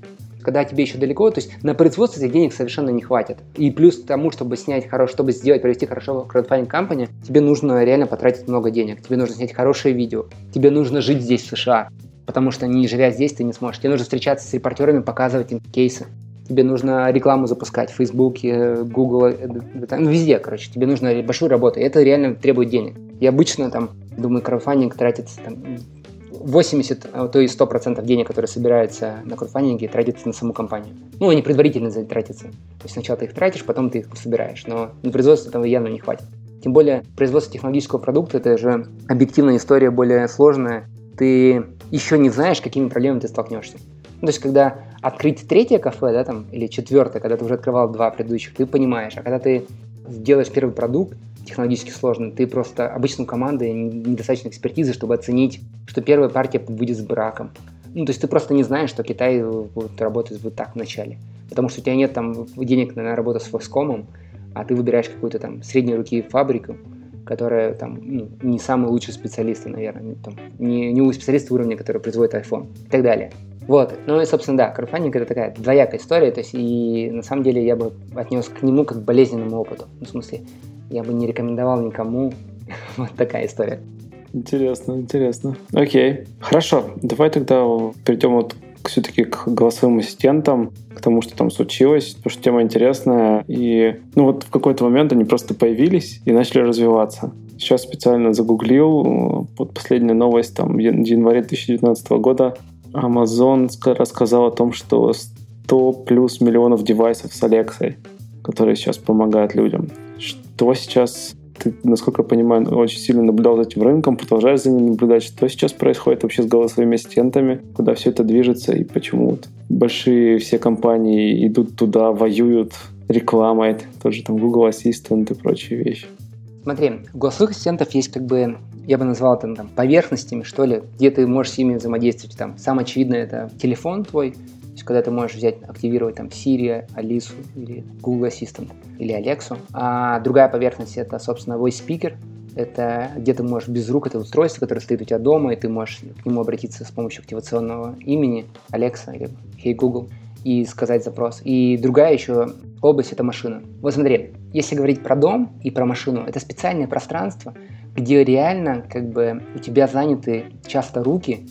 когда тебе еще далеко, то есть на производство этих денег совершенно не хватит. И плюс к тому, чтобы снять хорошо, чтобы сделать, провести хорошо краудфандинг компанию, тебе нужно реально потратить много денег. Тебе нужно снять хорошее видео. Тебе нужно жить здесь, в США. Потому что не живя здесь, ты не сможешь. Тебе нужно встречаться с репортерами, показывать им кейсы. Тебе нужно рекламу запускать в Фейсбуке, Google, ну, везде, короче. Тебе нужно большую работу. И это реально требует денег. И обычно, там, думаю, краудфандинг тратится там, восемьдесят, а то и сто процентов денег, которые собираются на краудфандинге, тратятся на саму компанию. Ну, они предварительно тратятся. То есть сначала ты их тратишь, потом ты их собираешь. Но на производство этого явно не хватит. Тем более, производство технологического продукта – это же объективная история, более сложная. Ты еще не знаешь, какими проблемами ты столкнешься. Ну, то есть, когда открыть третье кафе, да, там, или четвертое, когда ты уже открывал два предыдущих, ты понимаешь. А когда ты делаешь первый продукт, технологически сложный, ты просто обычно у команды недостаточно экспертизы, чтобы оценить, что первая партия выйдет с браком. Ну, то есть ты просто не знаешь, что Китай будет работать вот так вначале. Потому что у тебя нет там денег на работу с Foxconn, а ты выбираешь какую-то там средней руки фабрику, которая там ну, не самый лучший специалист, наверное, там, не, не специалист уровня, который производит iPhone и так далее. Вот, ну и, собственно, да, краудфандинг – это такая двоякая история, то есть, и на самом деле я бы отнес к нему как к болезненному опыту. Ну, в смысле, я бы не рекомендовал никому. Вот такая история. Интересно, интересно. Окей, хорошо, давай тогда перейдем вот все-таки к голосовым ассистентам, к тому, что там случилось, потому что тема интересная, и ну вот в какой-то момент они просто появились и начали развиваться. Сейчас специально загуглил, вот последняя новость, там, в январе две тысячи девятнадцатого года Amazon рассказал о том, что сто плюс миллионов девайсов с Алексой, которые сейчас помогают людям. Что сейчас, ты, насколько я понимаю, очень сильно наблюдал за этим рынком, продолжаешь за ним наблюдать, что сейчас происходит вообще с голосовыми ассистентами, куда все это движется и почему вот большие все компании идут туда, воюют рекламой, тот же там Google Assistant и прочие вещи. Смотри, у голосовых ассистентов есть как бы, я бы назвал это там, поверхностями, что ли, где ты можешь с ними взаимодействовать. Там, самое очевидное – это телефон твой, то есть когда ты можешь взять, активировать там Siri, Алису или Google Assistant или Алексу. А другая поверхность – это, собственно, voice speaker. Это где ты можешь без рук, это устройство, которое стоит у тебя дома, и ты можешь к нему обратиться с помощью активационного имени Alexa или Hey Google и сказать запрос. И другая еще область – это машина. Вот смотри, если говорить про дом и про машину, это специальное пространство, где реально как бы у тебя заняты часто руки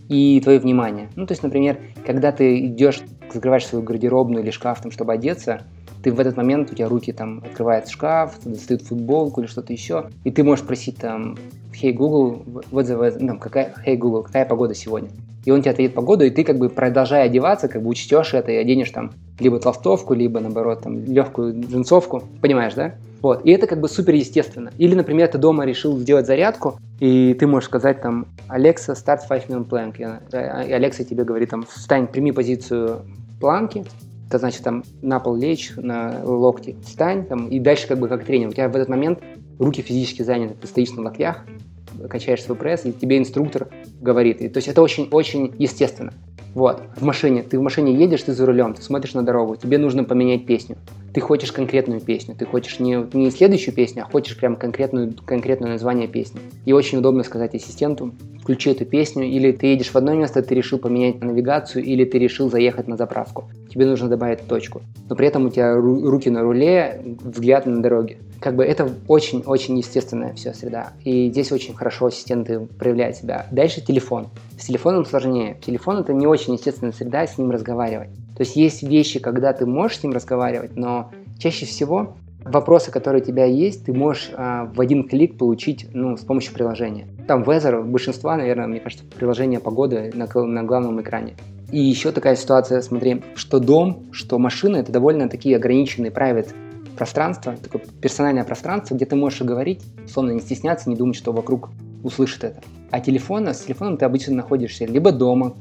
и твое внимание. Ну, то есть, например, когда ты идешь, закрываешь свою гардеробную или шкаф, там, чтобы одеться, ты в этот момент, у тебя руки там открывают шкаф, достают футболку или что-то еще, и ты можешь спросить там Hey Google, what the weather, ну, какая, Hey Google, какая погода сегодня? И он тебе ответит погоду, и ты как бы продолжая одеваться, как бы учтешь это и оденешь там либо толстовку, либо наоборот там легкую джинсовку, понимаешь, да? Вот, и это как бы супер естественно. Или, например, ты дома решил сделать зарядку, и ты можешь сказать там Alexa, start five minute plank, и Alexa тебе говорит там встань, прими позицию планки, это значит там на пол лечь, на локти встань, там, и дальше как бы как тренер. У тебя в этот момент руки физически заняты, ты стоишь на локтях, качаешь свой пресс, и тебе инструктор говорит. И, то есть это очень-очень естественно. Вот, в машине, ты в машине едешь, ты за рулем, ты смотришь на дорогу, тебе нужно поменять песню. Ты хочешь конкретную песню, ты хочешь не, не следующую песню, а хочешь прям конкретную, конкретное название песни. И очень удобно сказать ассистенту, включи эту песню, или ты едешь в одно место, ты решил поменять навигацию, или ты решил заехать на заправку. Тебе нужно добавить точку. Но при этом у тебя ру- руки на руле, взгляд на дороге. Как бы это очень-очень естественная вся среда. И здесь очень хорошо ассистенты проявляют себя. Дальше телефон. С телефоном сложнее. Телефон – это не очень естественная среда, с ним разговаривать. То есть есть вещи, когда ты можешь с ним разговаривать, но чаще всего вопросы, которые у тебя есть, ты можешь а, в один клик получить ну, с помощью приложения. Там Weather, большинства, наверное, мне кажется, приложение погоды на, на главном экране. И еще такая ситуация, смотри, что дом, что машина – это довольно такие ограниченные private пространства, такое персональное пространство, где ты можешь говорить, словно не стесняться, не думать, что вокруг услышит это. А телефон, с телефоном ты обычно находишься либо дома,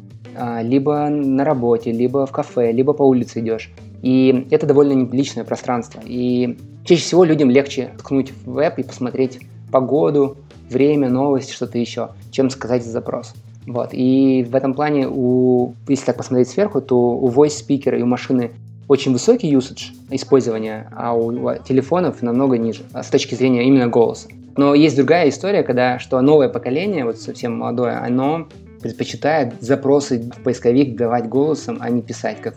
либо на работе, либо в кафе, либо по улице идешь. И это довольно личное пространство. И чаще всего людям легче ткнуть в веб и посмотреть погоду, время, новости, что-то еще, чем сказать запрос. Вот. И в этом плане, у, если так посмотреть сверху, то у voice speaker и у машины очень высокий usage использования, а у телефонов намного ниже, с точки зрения именно голоса. Но есть другая история, когда что новое поколение, вот совсем молодое, оно предпочитает запросы в поисковик давать голосом, а не писать, как мы.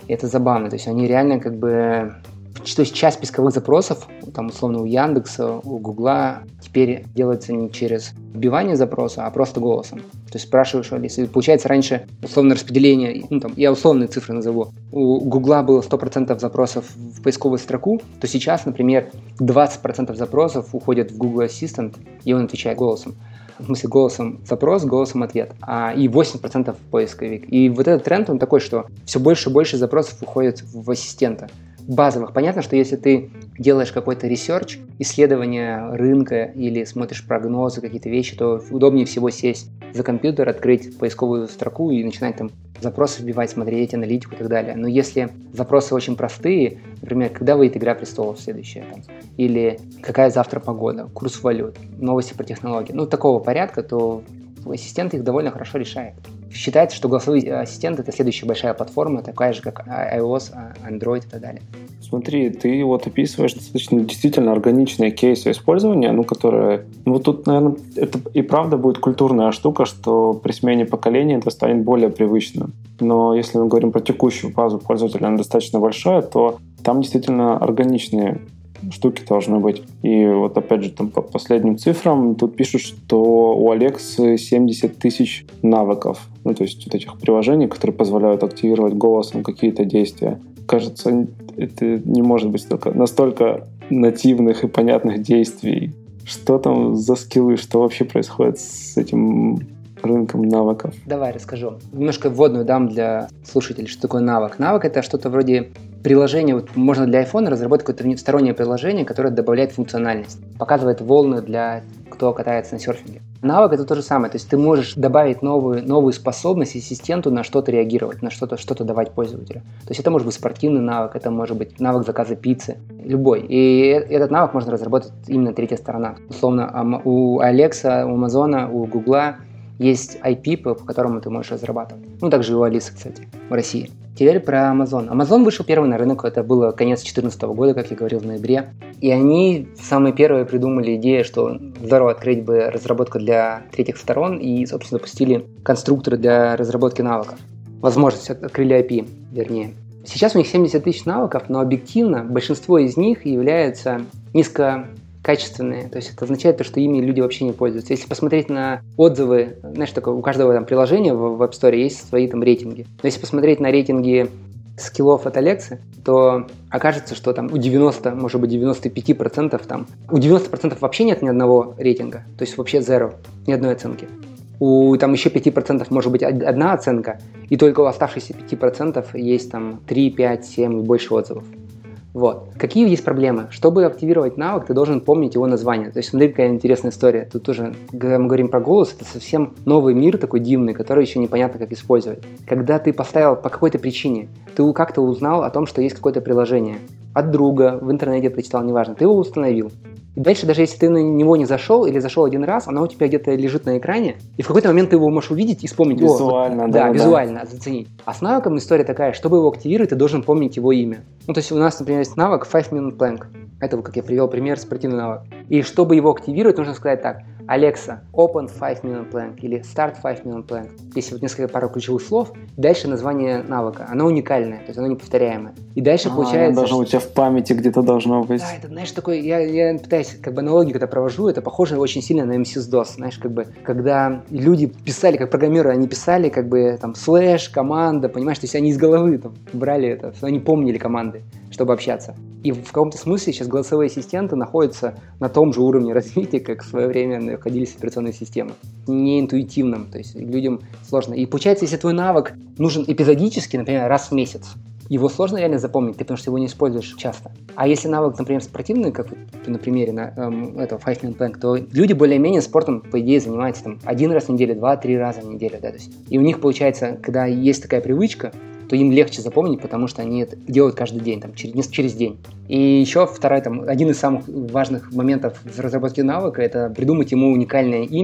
И это забавно. То есть они реально как бы... То есть часть поисковых запросов, там условно у Яндекса, у Гугла, теперь делается не через вбивание запроса, а просто голосом. То есть спрашиваешь, если получается раньше условное распределение, ну там, я условные цифры назову, у Гугла было сто процентов запросов в поисковую строку, то сейчас, например, двадцать процентов запросов уходят в Google Assistant, и он отвечает голосом. В смысле, голосом запрос, голосом ответ, а, и восемьдесят процентов в поисковик. И вот этот тренд, он такой, что все больше и больше запросов уходит в ассистента. Базовых. Понятно, что если ты делаешь какой-то ресерч, исследование рынка или смотришь прогнозы, какие-то вещи, то удобнее всего сесть за компьютер, открыть поисковую строку и начинать там запросы вбивать, смотреть аналитику и так далее. Но если запросы очень простые, например, когда выйдет «Игра престолов» следующая, там, или какая завтра погода, курс валют, новости про технологии, ну, такого порядка, то ассистент их довольно хорошо решает. Считается, что голосовой ассистент — это следующая большая платформа, такая же, как iOS, Android и так далее. Смотри, ты вот описываешь достаточно действительно органичные кейсы использования, ну, которые... Ну, тут, наверное, это и правда будет культурная штука, что при смене поколения это станет более привычным. Но если мы говорим про текущую базу пользователя, она достаточно большая, то там действительно органичные штуки должны быть. И вот опять же там по последним цифрам тут пишут, что у Алексы семьдесят тысяч навыков. Ну, то есть вот этих приложений, которые позволяют активировать голосом какие-то действия. Кажется, это не может быть столько, настолько нативных и понятных действий. Что там за скиллы, что вообще происходит с этим рынком навыков? Давай расскажу. Немножко вводную дам для слушателей, что такое навык. Навык — это что-то вроде приложения. Вот можно для iPhone разработать какое-то стороннее приложение, которое добавляет функциональность, показывает волны для кто катается на серфинге. Навык — это то же самое. То есть ты можешь добавить новую, новую способность ассистенту на что-то реагировать, на что-то, что-то давать пользователю. То есть это может быть спортивный навык, это может быть навык заказа пиццы, любой. И этот навык можно разработать именно третья сторона. Условно, у Alexa, у Amazon, у Google есть ай пи, по которому ты можешь разрабатывать. Ну, также и у Алисы, кстати, в России. Теперь про Amazon. Amazon вышел первый на рынок, это было конец две тысячи четырнадцатого года, как я говорил, в ноябре. И они самые первые придумали идею, что здорово открыть бы разработку для третьих сторон, и, собственно, запустили конструкторы для разработки навыков. Возможность, открыли ай пи, вернее. Сейчас у них семьдесят тысяч навыков, но объективно большинство из них являются низкокачественные. То есть это означает, что ими люди вообще не пользуются. Если посмотреть на отзывы, знаешь, такое, у каждого там приложения в App Store есть свои там рейтинги. Но если посмотреть на рейтинги скиллов от Алексы, то окажется, что там у девяноста, может быть, девяносто пять процентов там, у девяноста процентов вообще нет ни одного рейтинга, то есть вообще zero, ни одной оценки. У там еще пять процентов может быть одна оценка, и только у оставшихся пять процентов есть там три, пять, семь и больше отзывов. Вот. Какие есть проблемы? Чтобы активировать навык, ты должен помнить его название. То есть, смотри, какая интересная история. Тут тоже, когда мы говорим про голос, это совсем новый мир такой дивный, который еще непонятно, как использовать. Когда ты поставил по какой-то причине, ты как-то узнал о том, что есть какое-то приложение. От друга, в интернете прочитал, неважно, ты его установил. И дальше, даже если ты на него не зашел или зашел один раз, оно у тебя где-то лежит на экране, и в какой-то момент ты его можешь увидеть и вспомнить. Визуально, О, да. Да, да визуально да. заценить. А с навыком история такая, чтобы его активировать, ты должен помнить его имя. Ну, то есть у нас, например, есть навык five minute plank. Это, как я привел пример, спортивный навык. И чтобы его активировать, нужно сказать так: Alexa, open five minute plank или start five minute plank. Если вот несколько пару ключевых слов, дальше название навыка. Оно уникальное, то есть оно неповторяемое. И дальше а, получается... Даже у тебя в памяти где-то должно быть. Да, это, знаешь, такой... Я, я пытаюсь, как бы аналогию, когда провожу, это похоже очень сильно на эм эс дос. Знаешь, как бы, когда люди писали, как программеры, они писали, как бы, там, слэш, команда, понимаешь, то есть они из головы там брали это, они помнили команды, чтобы общаться. И в каком-то смысле сейчас голосовые ассистенты находятся на том же уровне развития, как в свое время находились операционные системы. Не интуитивным, то есть людям сложно. И получается, если твой навык нужен эпизодически, например, раз в месяц, его сложно реально запомнить, ты потому что его не используешь часто. А если навык, например, спортивный, как на примере на, эм, этого five minute plank, то люди более-менее спортом, по идее, занимаются там один раз в неделю, два-три раза в неделю. Да, то есть, и у них получается, когда есть такая привычка, то им легче запомнить, потому что они это делают каждый день, там, через, через день. И еще второй, там, один из самых важных моментов в разработке навыка — это придумать ему уникальное имя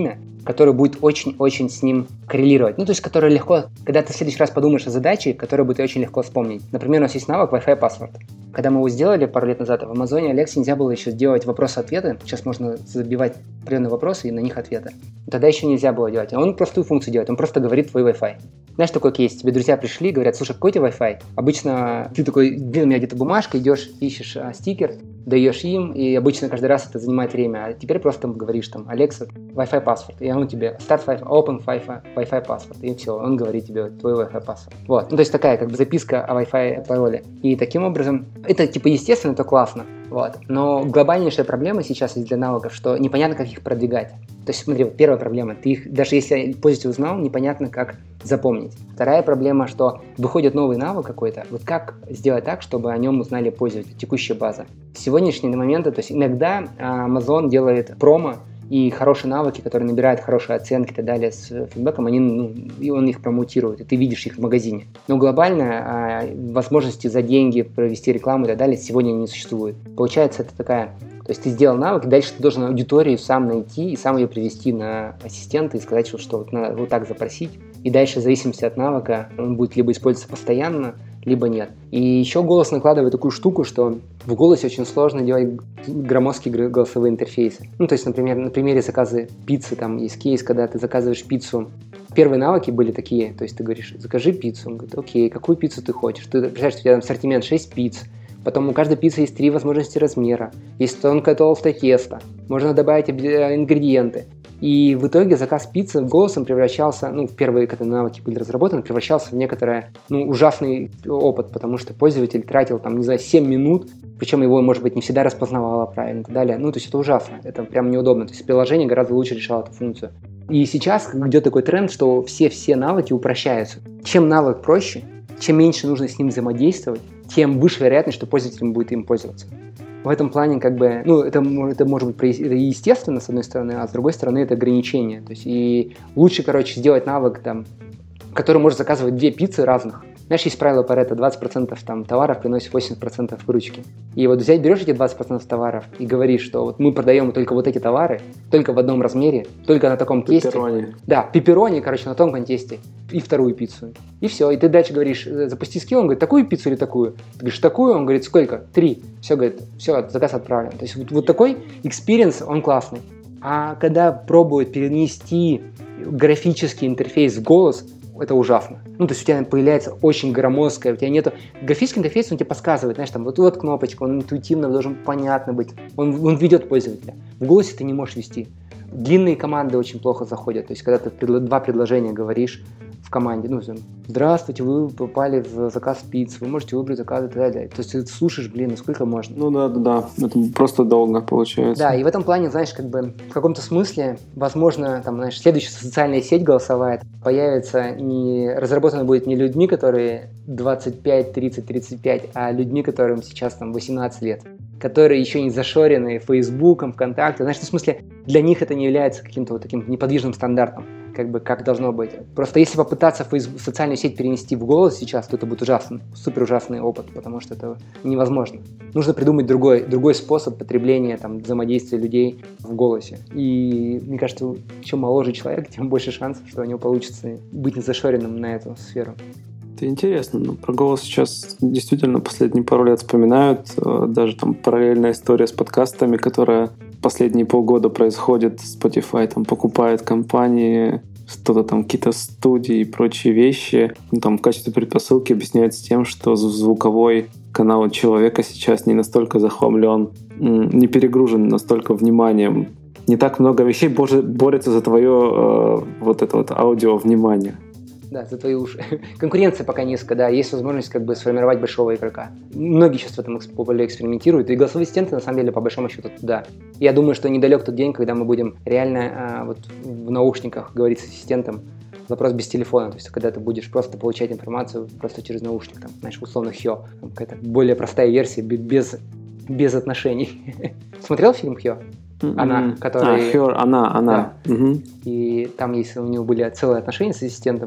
который будет очень-очень с ним коррелировать. Ну, то есть, который легко, когда ты в следующий раз подумаешь о задаче, которую будет очень легко вспомнить. Например, у нас есть навык Wi-Fi паспорт. Когда мы его сделали пару лет назад, в Амазоне Алексе нельзя было еще сделать вопросы-ответы. Сейчас можно забивать определенные вопросы и на них ответы. Тогда еще нельзя было делать. Он простую функцию делает, он просто говорит твой Wi-Fi. Знаешь, такой кейс, тебе друзья пришли и говорят, слушай, какой у тебя Wi-Fi? Обычно ты такой, блин, у меня где-то бумажка, идешь, ищешь а, стикер, даешь им, и обычно каждый раз это занимает время. А теперь просто говоришь там, Alexa, Wi-Fi паспорт, и он тебе start Wi-Fi, open Wi-Fi, Wi-Fi паспорт, и все, он говорит тебе твой Wi-Fi паспорт. Вот, ну то есть такая как бы записка о Wi-Fi пароле. И таким образом, это типа естественно, это классно. Вот. Но глобальнейшая проблема сейчас есть для навыков, что непонятно, как их продвигать. То есть, смотри, вот первая проблема, ты их, даже если пользователь узнал, непонятно, как запомнить. Вторая проблема, что выходит новый навык какой-то, вот как сделать так, чтобы о нем узнали пользователи, текущая база. В сегодняшние моменты, то есть иногда Amazon делает промо, и хорошие навыки, которые набирают хорошие оценки и так далее с фидбэком, они, ну, и он их промоутирует, и ты видишь их в магазине. Но глобально а, возможности за деньги провести рекламу и так далее сегодня не существует. Получается, это такая... То есть ты сделал навык, и дальше ты должен аудиторию сам найти и сам ее привести на ассистента и сказать, что, что вот надо вот так запросить. И дальше, в зависимости от навыка, он будет либо использоваться постоянно, либо нет. И еще голос накладывает такую штуку, что в голосе очень сложно делать громоздкие голосовые интерфейсы. Ну, то есть, например, на примере заказа пиццы, там есть кейс, когда ты заказываешь пиццу. Первые навыки были такие, то есть ты говоришь, закажи пиццу. Он говорит, окей, какую пиццу ты хочешь? Ты представляешь, у тебя там ассортимент шесть пицц. Потом у каждой пиццы есть три возможности размера. Есть тонкое толстое тесто. Можно добавить ингредиенты. И в итоге заказ пиццы голосом превращался, ну, в первые, когда навыки были разработаны, превращался в некоторый, ну, ужасный опыт, потому что пользователь тратил, там, не знаю, семь минут, причем его, может быть, не всегда распознавало правильно и так далее. Ну, то есть это ужасно, это прям неудобно. То есть приложение гораздо лучше решало эту функцию. И сейчас идет такой тренд, что все-все навыки упрощаются. Чем навык проще, чем меньше нужно с ним взаимодействовать, тем выше вероятность, что пользователь будет им пользоваться. В этом плане, как бы, ну, это, это может быть это естественно, с одной стороны, а с другой стороны, это ограничение. То есть, и лучше, короче, сделать навык, там, который может заказывать две пиццы разных. Знаешь, есть правило Парето, двадцать процентов там, товаров приносит восемьдесят процентов выручки. И вот взять, берешь эти двадцать процентов товаров и говоришь, что вот мы продаем только вот эти товары, только в одном размере, только на таком тесте. Пепперони. Да, пепперони, короче, на тонком тесте. И вторую пиццу. И все. И ты дальше говоришь, запусти скилл, он говорит, такую пиццу или такую? Ты говоришь, такую? Он говорит, сколько? Три. Все, говорит, все, заказ отправлен. То есть вот, вот такой экспириенс, он классный. А когда пробуют перенести графический интерфейс в голос, это ужасно. Ну, то есть у тебя появляется очень громоздкое, у тебя нету... Графический интерфейс, он тебе подсказывает, знаешь, там, вот вот кнопочка, он интуитивно должен понятно быть, он, он ведет пользователя. В голосе ты не можешь вести. Длинные команды очень плохо заходят, то есть когда ты предло... два предложения говоришь в команде, ну, здравствуйте, вы попали в заказ пиццы, вы можете выбрать заказ и так далее. То есть ты слушаешь, блин, насколько можно. Ну да, да, да, это просто долго получается. Да, и в этом плане, знаешь, как бы в каком-то смысле, возможно, там, знаешь, следующая социальная сеть голосовая появится, не разработана будет не людьми, которые двадцать пять, тридцать, тридцать пять, а людьми, которым сейчас там восемнадцать лет, которые еще не зашорены Фейсбуком, ВКонтакте. Знаешь, в смысле, для них это не является каким-то вот таким неподвижным стандартом, как бы как должно быть. Просто если попытаться Facebook, социальную сеть перенести в голос сейчас, то это будет ужасный, супер ужасный опыт, потому что это невозможно. Нужно придумать другой, другой способ потребления, там, взаимодействия людей в голосе. И мне кажется, чем моложе человек, тем больше шансов, что у него получится быть не зашоренным на эту сферу. Это интересно, но про голос сейчас действительно последние пару лет вспоминают. Даже там параллельная история с подкастами, которая последние полгода происходит. Spotify там покупает компании, что-то там, какие-то студии и прочие вещи. Ну, там в качестве предпосылки объясняется тем, что звуковой канал человека сейчас не настолько захламлен, не перегружен настолько вниманием. Не так много вещей борется за твое э, вот это вот аудио-внимание. Да, за твои уши. Конкуренция пока низкая, да, есть возможность как бы сформировать большого игрока. Многие сейчас в этом поле экспериментируют, и голосовые ассистенты, на самом деле, по большому счету, да. Я думаю, что недалек тот день, когда мы будем реально а, вот в наушниках говорить с ассистентом, запрос без телефона, то есть когда ты будешь просто получать информацию просто через наушник, там, знаешь, условно Хё, какая-то более простая версия, без, без отношений. Смотрел фильм Хё? Она, которая... А, Her, она, она. Да. Угу. И там, если у него были целые отношения с ассистентом,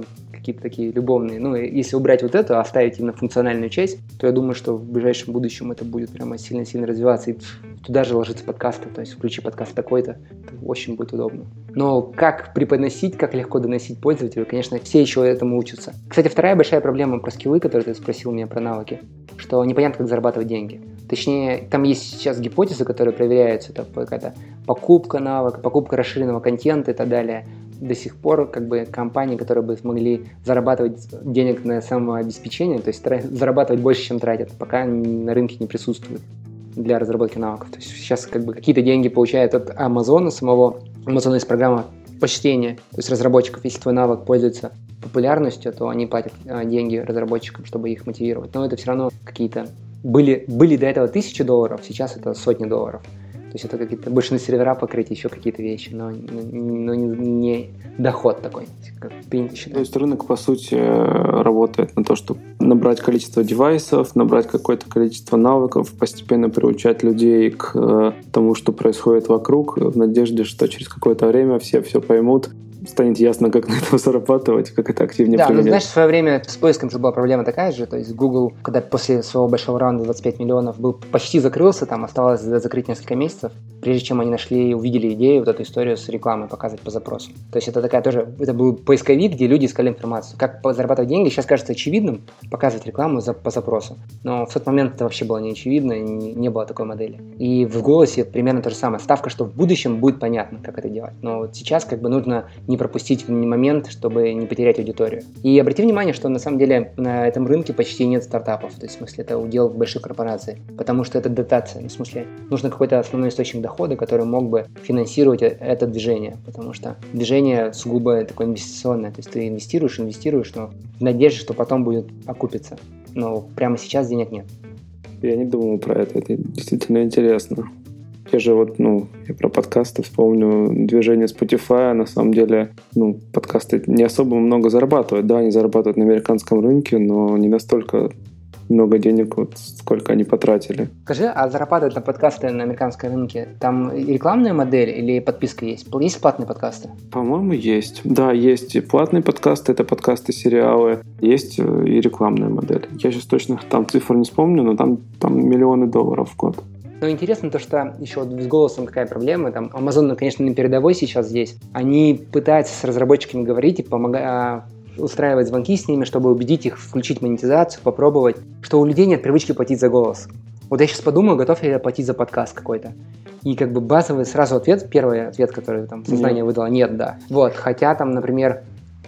какие-то такие любовные. Ну, если убрать вот это, оставить именно функциональную часть, то я думаю, что в ближайшем будущем это будет прямо сильно-сильно развиваться. И туда же ложится подкасты, то есть включи подкаст такой-то, это очень будет удобно. Но как преподносить, как легко доносить пользователю, конечно, все еще этому учатся. Кстати, вторая большая проблема про скиллы, которую ты спросил меня про навыки, что непонятно, как зарабатывать деньги. Точнее, там есть сейчас гипотезы, которые проверяются, это какая-то покупка навыка, покупка расширенного контента и так далее. До сих пор как бы компании, которые бы смогли зарабатывать денег на самообеспечение, то есть зарабатывать больше, чем тратят, пока на рынке не присутствует для разработки навыков. То есть сейчас как бы какие-то деньги получают от Амазона самого. Amazon есть программа почтения, то есть разработчиков. Если твой навык пользуется популярностью, то они платят деньги разработчикам, чтобы их мотивировать. Но это все равно какие-то... Были, были до этого тысячи долларов, сейчас это сотни долларов. То есть это какие-то больше на сервера покрыть, еще какие-то вещи, но, но не, не доход такой, как принято считать. То есть рынок, по сути, работает на то, чтобы набрать количество девайсов, набрать какое-то количество навыков, постепенно приучать людей к тому, что происходит вокруг, в надежде, что через какое-то время все все поймут, станет ясно, как на этом зарабатывать, как это активнее да, применять. Да, ну знаешь, в свое время с поиском же была проблема такая же, то есть Google, когда после своего большого раунда двадцать пять миллионов был почти закрылся, там осталось закрыть несколько месяцев, прежде чем они нашли и увидели идею, вот эту историю с рекламой показывать по запросу. То есть это такая тоже, это был поисковик, где люди искали информацию. Как зарабатывать деньги, сейчас кажется очевидным, показывать рекламу за, по запросу. Но в тот момент это вообще было не очевидно, не, не было такой модели. И в голосе примерно то же самое. Ставка, что в будущем будет понятно, как это делать. Но вот сейчас как бы нужно не пропустить момент, чтобы не потерять аудиторию. И обрати внимание, что на самом деле на этом рынке почти нет стартапов. То есть в смысле это удел больших корпораций. Потому что это дотация. Ну, в смысле нужно какой-то основной источник дохода, который мог бы финансировать это движение. Потому что движение сугубо такое инвестиционное. То есть ты инвестируешь, инвестируешь, но в надежде, что потом будет окупиться. Но прямо сейчас денег нет. Я не думал про это. Это действительно интересно. Я же вот, ну, я про подкасты вспомню движение Spotify. На самом деле, ну, подкасты не особо много зарабатывают. Да, они зарабатывают на американском рынке, но не настолько много денег, вот сколько они потратили. Скажи, а зарабатывают на подкасты на американском рынке? Там рекламная модель или подписка есть? Есть платные подкасты? По-моему, есть. Да, есть и платные подкасты, это подкасты, сериалы. Есть и рекламная модель. Я сейчас точно там цифр не вспомню, но там, там миллионы долларов в год. Но интересно то, что еще вот с голосом какая проблема. Там Amazon, конечно, на передовой сейчас здесь. Они пытаются с разработчиками говорить и помогать, устраивать звонки с ними, чтобы убедить их включить монетизацию, попробовать, что у людей нет привычки платить за голос. Вот я сейчас подумаю, готов ли я платить за подкаст какой-то. И как бы базовый сразу ответ, первый ответ, который там сознание нет. выдало, нет, да. Вот, хотя там, например,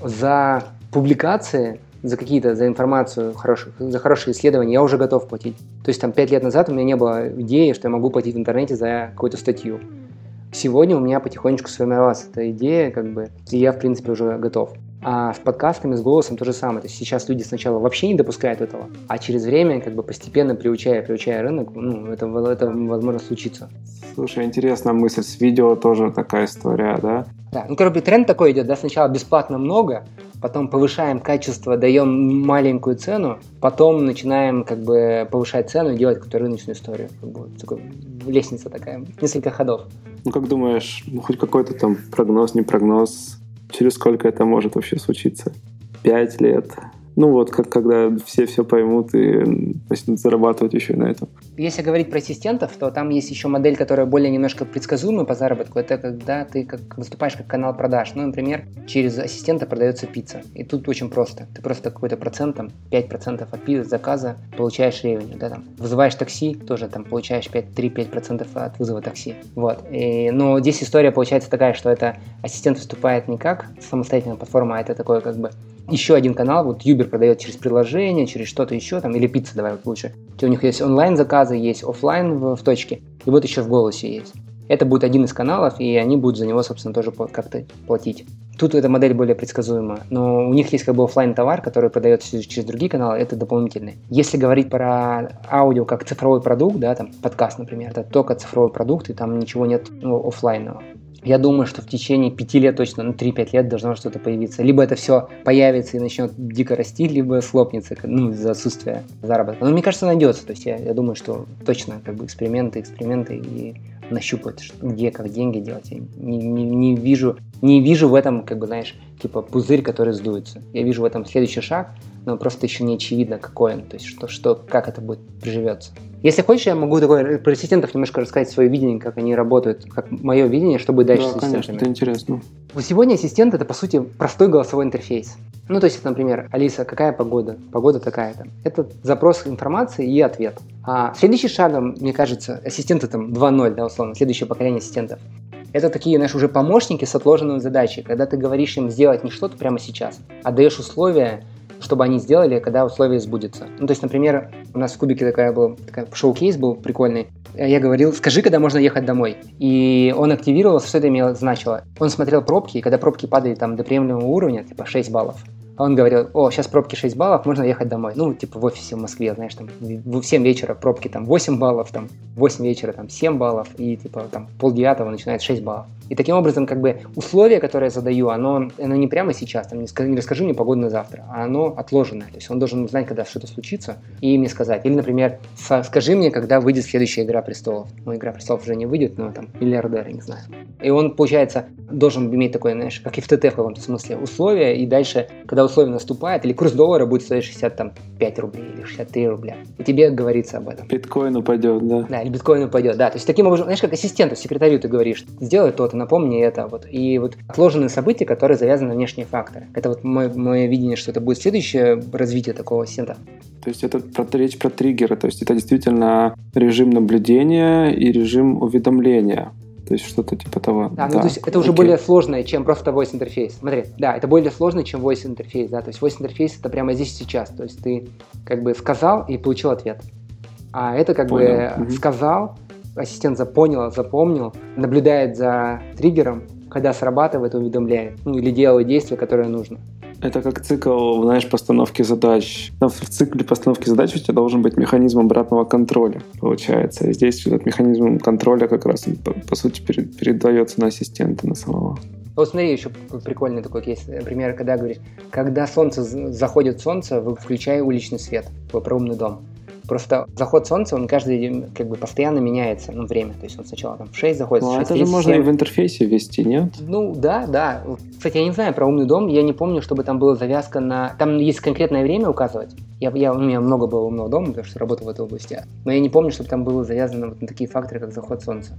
за публикации, за какие-то, за информацию, хороших, за хорошие исследования я уже готов платить. То есть там пять лет назад у меня не было идеи, что я могу платить в интернете за какую-то статью. Сегодня у меня потихонечку сформировалась эта идея, как бы, и я, в принципе, уже готов. А с подкастами, с голосом то же самое. То есть сейчас люди сначала вообще не допускают этого, а через время, как бы постепенно приучая, приучая рынок, ну, это, это возможно случится. Слушай, интересная мысль. С видео тоже такая история, да? Да, ну, короче, тренд такой идет, да, сначала бесплатно много, потом повышаем качество, даем маленькую цену, потом начинаем, как бы, повышать цену и делать какую-то рыночную историю. Как бы, такой, лестница такая, несколько ходов. Ну, как думаешь, ну, хоть какой-то там прогноз, не прогноз, через сколько это может вообще случиться? Пять лет? Ну вот, как, когда все все поймут и начнут зарабатывать еще и на этом. Если говорить про ассистентов, то там есть еще модель, которая более немножко предсказуемая по заработку. Это когда ты как выступаешь как канал продаж. Ну, например, через ассистента продается пицца. И тут очень просто. Ты просто какой-то процент, там, пять процентов от пиццы заказа получаешь ревеню. Да, там. Вызываешь такси, тоже там получаешь три-пять процентов от вызова такси. Вот. И, но здесь история получается такая, что это ассистент выступает не как самостоятельная платформа, а это такой как бы еще один канал. Вот Uber продает через приложение, через что-то еще, там, или пицца, давай вот лучше. У них есть онлайн-заказы, есть офлайн в, в точке, и вот еще в голосе есть. Это будет один из каналов, и они будут за него, собственно, тоже как-то платить. Тут эта модель более предсказуема, но у них есть как бы офлайн товар, который продается через другие каналы, это дополнительный. Если говорить про аудио как цифровой продукт, да, там подкаст, например, это только цифровой продукт, и там ничего нет, ну, офлайнного. Я думаю, что в течение пяти лет точно, ну, три-пять лет должно что-то появиться. Либо это все появится и начнет дико расти, либо слопнется, ну, из-за отсутствия заработка. Но мне кажется, найдется. То есть я, я думаю, что точно как бы эксперименты, эксперименты и нащупать, где, как деньги делать. Я не, не, не вижу, не вижу в этом, как бы, знаешь, типа пузырь, который сдуется. Я вижу в этом следующий шаг, но просто еще не очевидно, какой он, то есть что, что, как это будет приживется. Если хочешь, я могу такой, про ассистентов немножко рассказать свое видение, как они работают, как мое видение, что будет дальше да, с ассистентами. конечно, это интересно. Сегодня ассистент — это, по сути, простой голосовой интерфейс. Ну, то есть, например, Алиса, какая погода? Погода такая-то. Это запрос информации и ответ. А следующий шагом, мне кажется, ассистенты там два ноль, да, условно, следующее поколение ассистентов. Это такие, знаешь, уже помощники с отложенной задачей, когда ты говоришь им сделать не что-то прямо сейчас, а даешь условия, чтобы они сделали, когда условие сбудется. Ну, то есть, например, у нас в Кубике такая была, такая шоу-кейс был прикольный. Я говорил, скажи, когда можно ехать домой. И он активировался, что это имело, значило. Он смотрел пробки, и когда пробки падали там до приемлемого уровня, типа шесть баллов, он говорил, о, сейчас пробки шесть баллов, можно ехать домой. Ну, типа в офисе в Москве, знаешь, там в семь вечера пробки там восемь баллов, там в восемь вечера там семь баллов, и типа там полдевятого начинает шесть баллов. И таким образом, как бы, условие, которое я задаю, оно, оно не прямо сейчас, там, не, скажи, не расскажи мне погоду на завтра, а оно отложенное. То есть он должен узнать, когда что-то случится, и мне сказать. Или, например, скажи мне, когда выйдет следующая «Игра престолов». Ну, «Игра престолов» уже не выйдет, но там «Миллиардеры», не знаю. И он, получается, должен иметь такое, знаешь, как эф тэ тэ в каком-то смысле, условие, и дальше, когда условие наступает, или курс доллара будет стоить шестьдесят пять рублей или шестьдесят три рубля, и тебе говорится об этом. Биткоин упадет, да. Да, или биткоин упадет, да. То есть таким образом, знаешь, как ассистенту, секретарю ты говоришь, сделай то-то, напомни это, вот. И вот отложенные события, которые завязаны на внешние факторы. Это вот мое, мое видение, что это будет следующее развитие такого ассистента. То есть это про, речь про триггеры, то есть это действительно режим наблюдения и режим уведомления. То есть что-то типа того. Да, ну да. то есть это уже окей. Более сложное, чем просто voice интерфейс. Смотри, да, это более сложно, чем voice интерфейс, да, то есть voice интерфейс это прямо здесь и сейчас, то есть ты как бы сказал и получил ответ. А это как Понял. бы угу. сказал, ассистент запомнил, запомнил, наблюдает за триггером, когда срабатывает, уведомляет, ну или делает действие, которое нужно. Это как цикл, знаешь, постановки задач. Но в цикле постановки задач у тебя должен быть механизм обратного контроля, получается. И здесь этот механизм контроля как раз, по, по сути, перед, передается на ассистента, на самого. Вот смотри, еще прикольный такой есть. Например, когда говоришь, когда солнце заходит солнце, включай уличный свет, про умный дом. Просто заход солнца, он каждый день как бы постоянно меняется, ну, время. То есть он сначала там в шесть заходит, ну, в шесть, это же можно и в интерфейсе ввести, нет? Ну, да, да. Кстати, я не знаю про умный дом, я не помню, чтобы там была завязка на... Там есть конкретное время указывать. Я, я, у меня много было умного дома, потому что работал в этой области. Но я не помню, чтобы там было завязано вот на такие факторы, как заход солнца.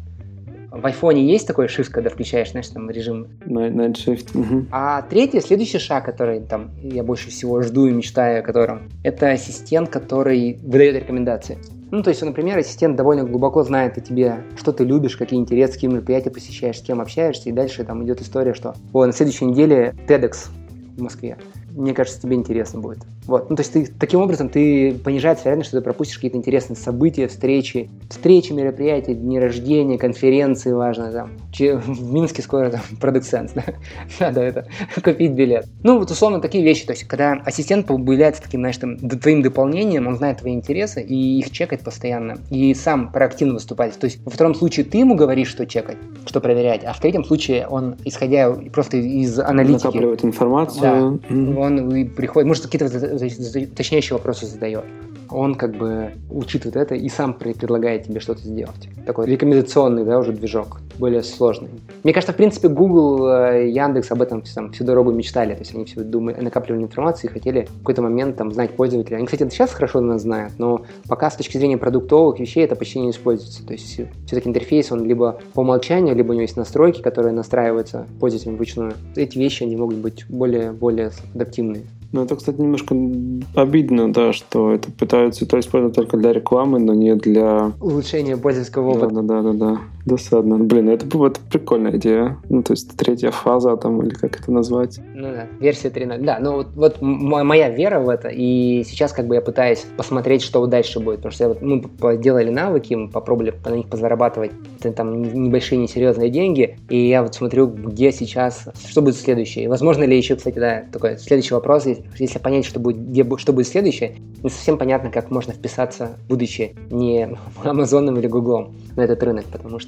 В айфоне есть такой shift, когда включаешь, знаешь, там режим... Night shift. Угу. А третий, следующий шаг, который там я больше всего жду и мечтаю о котором, это ассистент, который выдает рекомендации. Ну, то есть, например, ассистент довольно глубоко знает о тебе, что ты любишь, какие интересы, какие мероприятия посещаешь, с кем общаешься, и дальше там идет история, что о, на следующей неделе TEDx в Москве. Мне кажется, тебе интересно будет. Вот. Ну, то есть ты, таким образом ты понижается вероятность, что ты пропустишь какие-то интересные события, встречи, встречи, мероприятия, дни рождения, конференции, важно там. В Минске скоро там Product Sense, да? Надо это, купить билет. Ну, вот условно такие вещи. То есть, когда ассистент появляется таким, знаешь, там, твоим дополнением, он знает твои интересы и их чекает постоянно. И сам проактивно выступает. То есть, во втором случае ты ему говоришь, что чекать, что проверять, а в третьем случае он, исходя просто из аналитики... накапливает информацию. Да, mm-hmm. он приходит, может, какие-то уточняющие вопросы задает. Он как бы учитывает это и сам предлагает тебе что-то сделать. Такой рекомендационный, да, уже движок, более сложный. Мне кажется, в принципе, Google, Яндекс об этом там, всю дорогу мечтали. То есть они все думали, накапливали информацию и хотели в какой-то момент там знать пользователя. Они, кстати, сейчас хорошо нас знают, но пока с точки зрения продуктовых вещей это почти не используется. То есть все-таки интерфейс, он либо по умолчанию, либо у него есть настройки, которые настраиваются пользователем вручную. Эти вещи, они могут быть более, более адаптивные. Ну, это, кстати, немножко обидно, да, что это пытаются это использовать только для рекламы, но не для... улучшения пользовательского опыта. Да, да, да, да, да. Досадно. Блин, это, это прикольная идея. Ну, то есть третья фаза там, или как это назвать? Ну да, версия три ноль. Да, ну вот, вот моя вера в это, и сейчас как бы я пытаюсь посмотреть, что дальше будет, потому что я, вот, мы делали навыки, мы попробовали на них позарабатывать там небольшие, несерьезные деньги, и я вот смотрю, где сейчас, что будет следующее. И возможно ли еще, кстати, да, такой следующий вопрос, если понять, что будет, где, что будет следующее, не совсем понятно, как можно вписаться, будучи не Амазоном или Гуглом, на этот рынок, потому что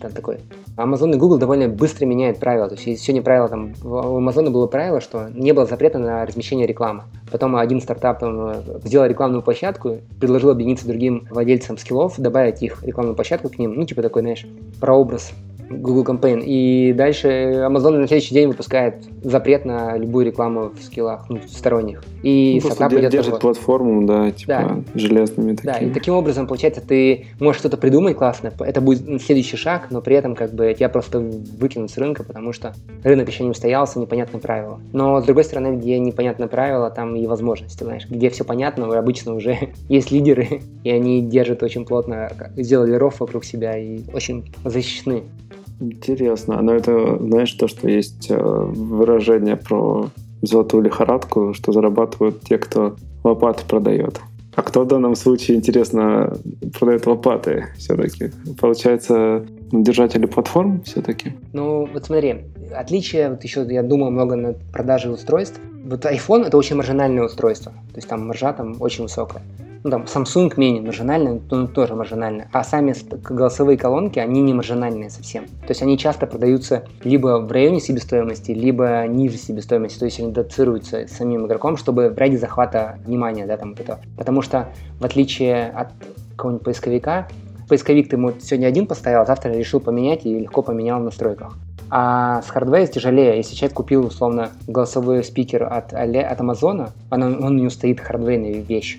как такой. Amazon и Google довольно быстро меняют правила. То есть сегодня правило там, у Amazon было правило, что не было запрета на размещение рекламы. Потом один стартап сделал рекламную площадку, предложил объединиться другим владельцам скиллов, добавить их рекламную площадку к ним, ну типа такой, знаешь, прообраз Google Campaign. И дальше Amazon на следующий день выпускает запрет на любую рекламу в скиллах, ну, сторонних. И ну, просто держит держит платформу, да, типа да. железными такими. Да, и таким образом, получается, ты можешь что-то придумать классно, это будет следующий шаг, но при этом как бы тебя просто выкинут с рынка, потому что рынок еще не устоялся, непонятные правила. Но с другой стороны, где непонятные правила, там и возможности, знаешь, где все понятно, обычно уже есть лидеры, и они держат очень плотно, сделали ров вокруг себя и очень защищены. Интересно. Но это, знаешь, то, что есть выражение про золотую лихорадку, что зарабатывают те, кто лопаты продает. А кто в данном случае, интересно, продает лопаты все-таки? Получается, держатели платформ все-таки? Ну, вот смотри, отличие, вот еще я думал много над продажей устройств. Вот iPhone — это очень маржинальное устройство. То есть там маржа там очень высокая. Ну, там Samsung менее маржинальный, но тоже маржинальный. А сами голосовые колонки, они не маржинальные совсем. То есть они часто продаются либо в районе себестоимости, либо ниже себестоимости. То есть они доцируются самим игроком, чтобы ради захвата внимания, да, там это. Потому что в отличие от какого-нибудь поисковика, поисковик ты ему сегодня один поставил, а завтра решил поменять и легко поменял в настройках. А с хардвея тяжелее. Если человек купил, условно, голосовой спикер от, от Амазона, он, он у него стоит хардвейная вещь,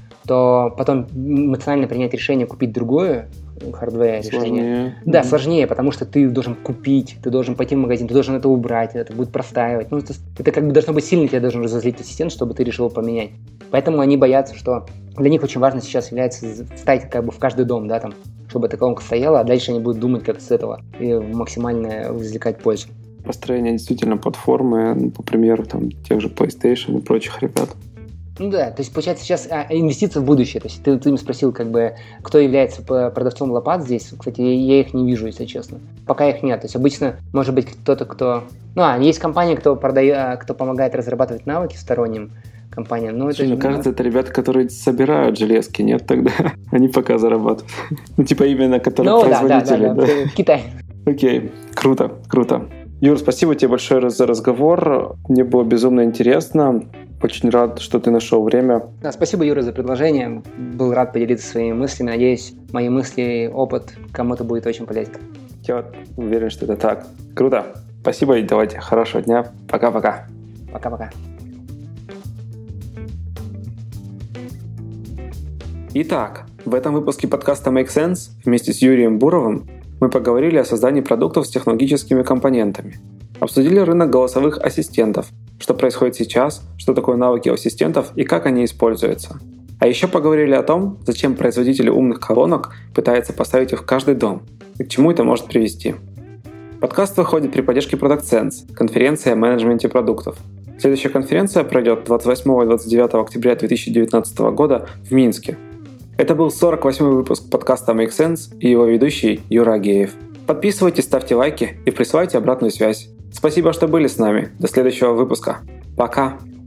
то потом эмоционально принять решение купить другое хардвер решение. Да, mm-hmm. сложнее, потому что ты должен купить, ты должен пойти в магазин, ты должен это убрать, это будет простаивать. Ну, это, это как бы должно быть сильно, тебя должен разозлить ассистент, чтобы ты решил поменять. Поэтому они боятся, что для них очень важно сейчас является вставить как бы в каждый дом, да, там, чтобы эта колонка стояла, а дальше они будут думать, как с этого и максимально извлекать пользу. Построение действительно платформы, ну, по примеру, там, тех же PlayStation и прочих ребят. Ну да, то есть получается сейчас а, инвестиции в будущее. То есть ты, ты меня спросил, как бы, кто является продавцом лопат здесь. Кстати, я их не вижу, если честно. Пока их нет. То есть обычно может быть кто-то, кто... Ну, а, есть компания, кто, продает, кто помогает разрабатывать навыки сторонним компаниям. Но это мне же... кажется, это ребята, которые собирают железки, нет тогда? Они пока зарабатывают. Ну, типа именно, которые ну, производители. Да, да, да, да. В Китае. Окей, круто, круто. Юр, спасибо тебе большое за разговор. Мне было безумно интересно. Очень рад, что ты нашел время. Да, спасибо, Юра, за предложение. Был рад поделиться своими мыслями. Надеюсь, мои мысли и опыт кому-то будет очень полезен. Я уверен, что это так. Круто. Спасибо и давайте. Хорошего дня. Пока-пока. Пока-пока. Итак, в этом выпуске подкаста Make Sense вместе с Юрием Буровым мы поговорили о создании продуктов с технологическими компонентами. Обсудили рынок голосовых ассистентов, что происходит сейчас, что такое навыки у ассистентов и как они используются. А еще поговорили о том, зачем производители умных колонок пытаются поставить их в каждый дом и к чему это может привести. Подкаст выходит при поддержке Product Sense, конференции о менеджменте продуктов. Следующая конференция пройдет двадцать восьмого и двадцать девятого октября две тысячи девятнадцатого года в Минске. Это был сорок восьмой выпуск подкаста Make Sense и его ведущий Юра Агеев. Подписывайтесь, ставьте лайки и присылайте обратную связь. Спасибо, что были с нами. До следующего выпуска. Пока!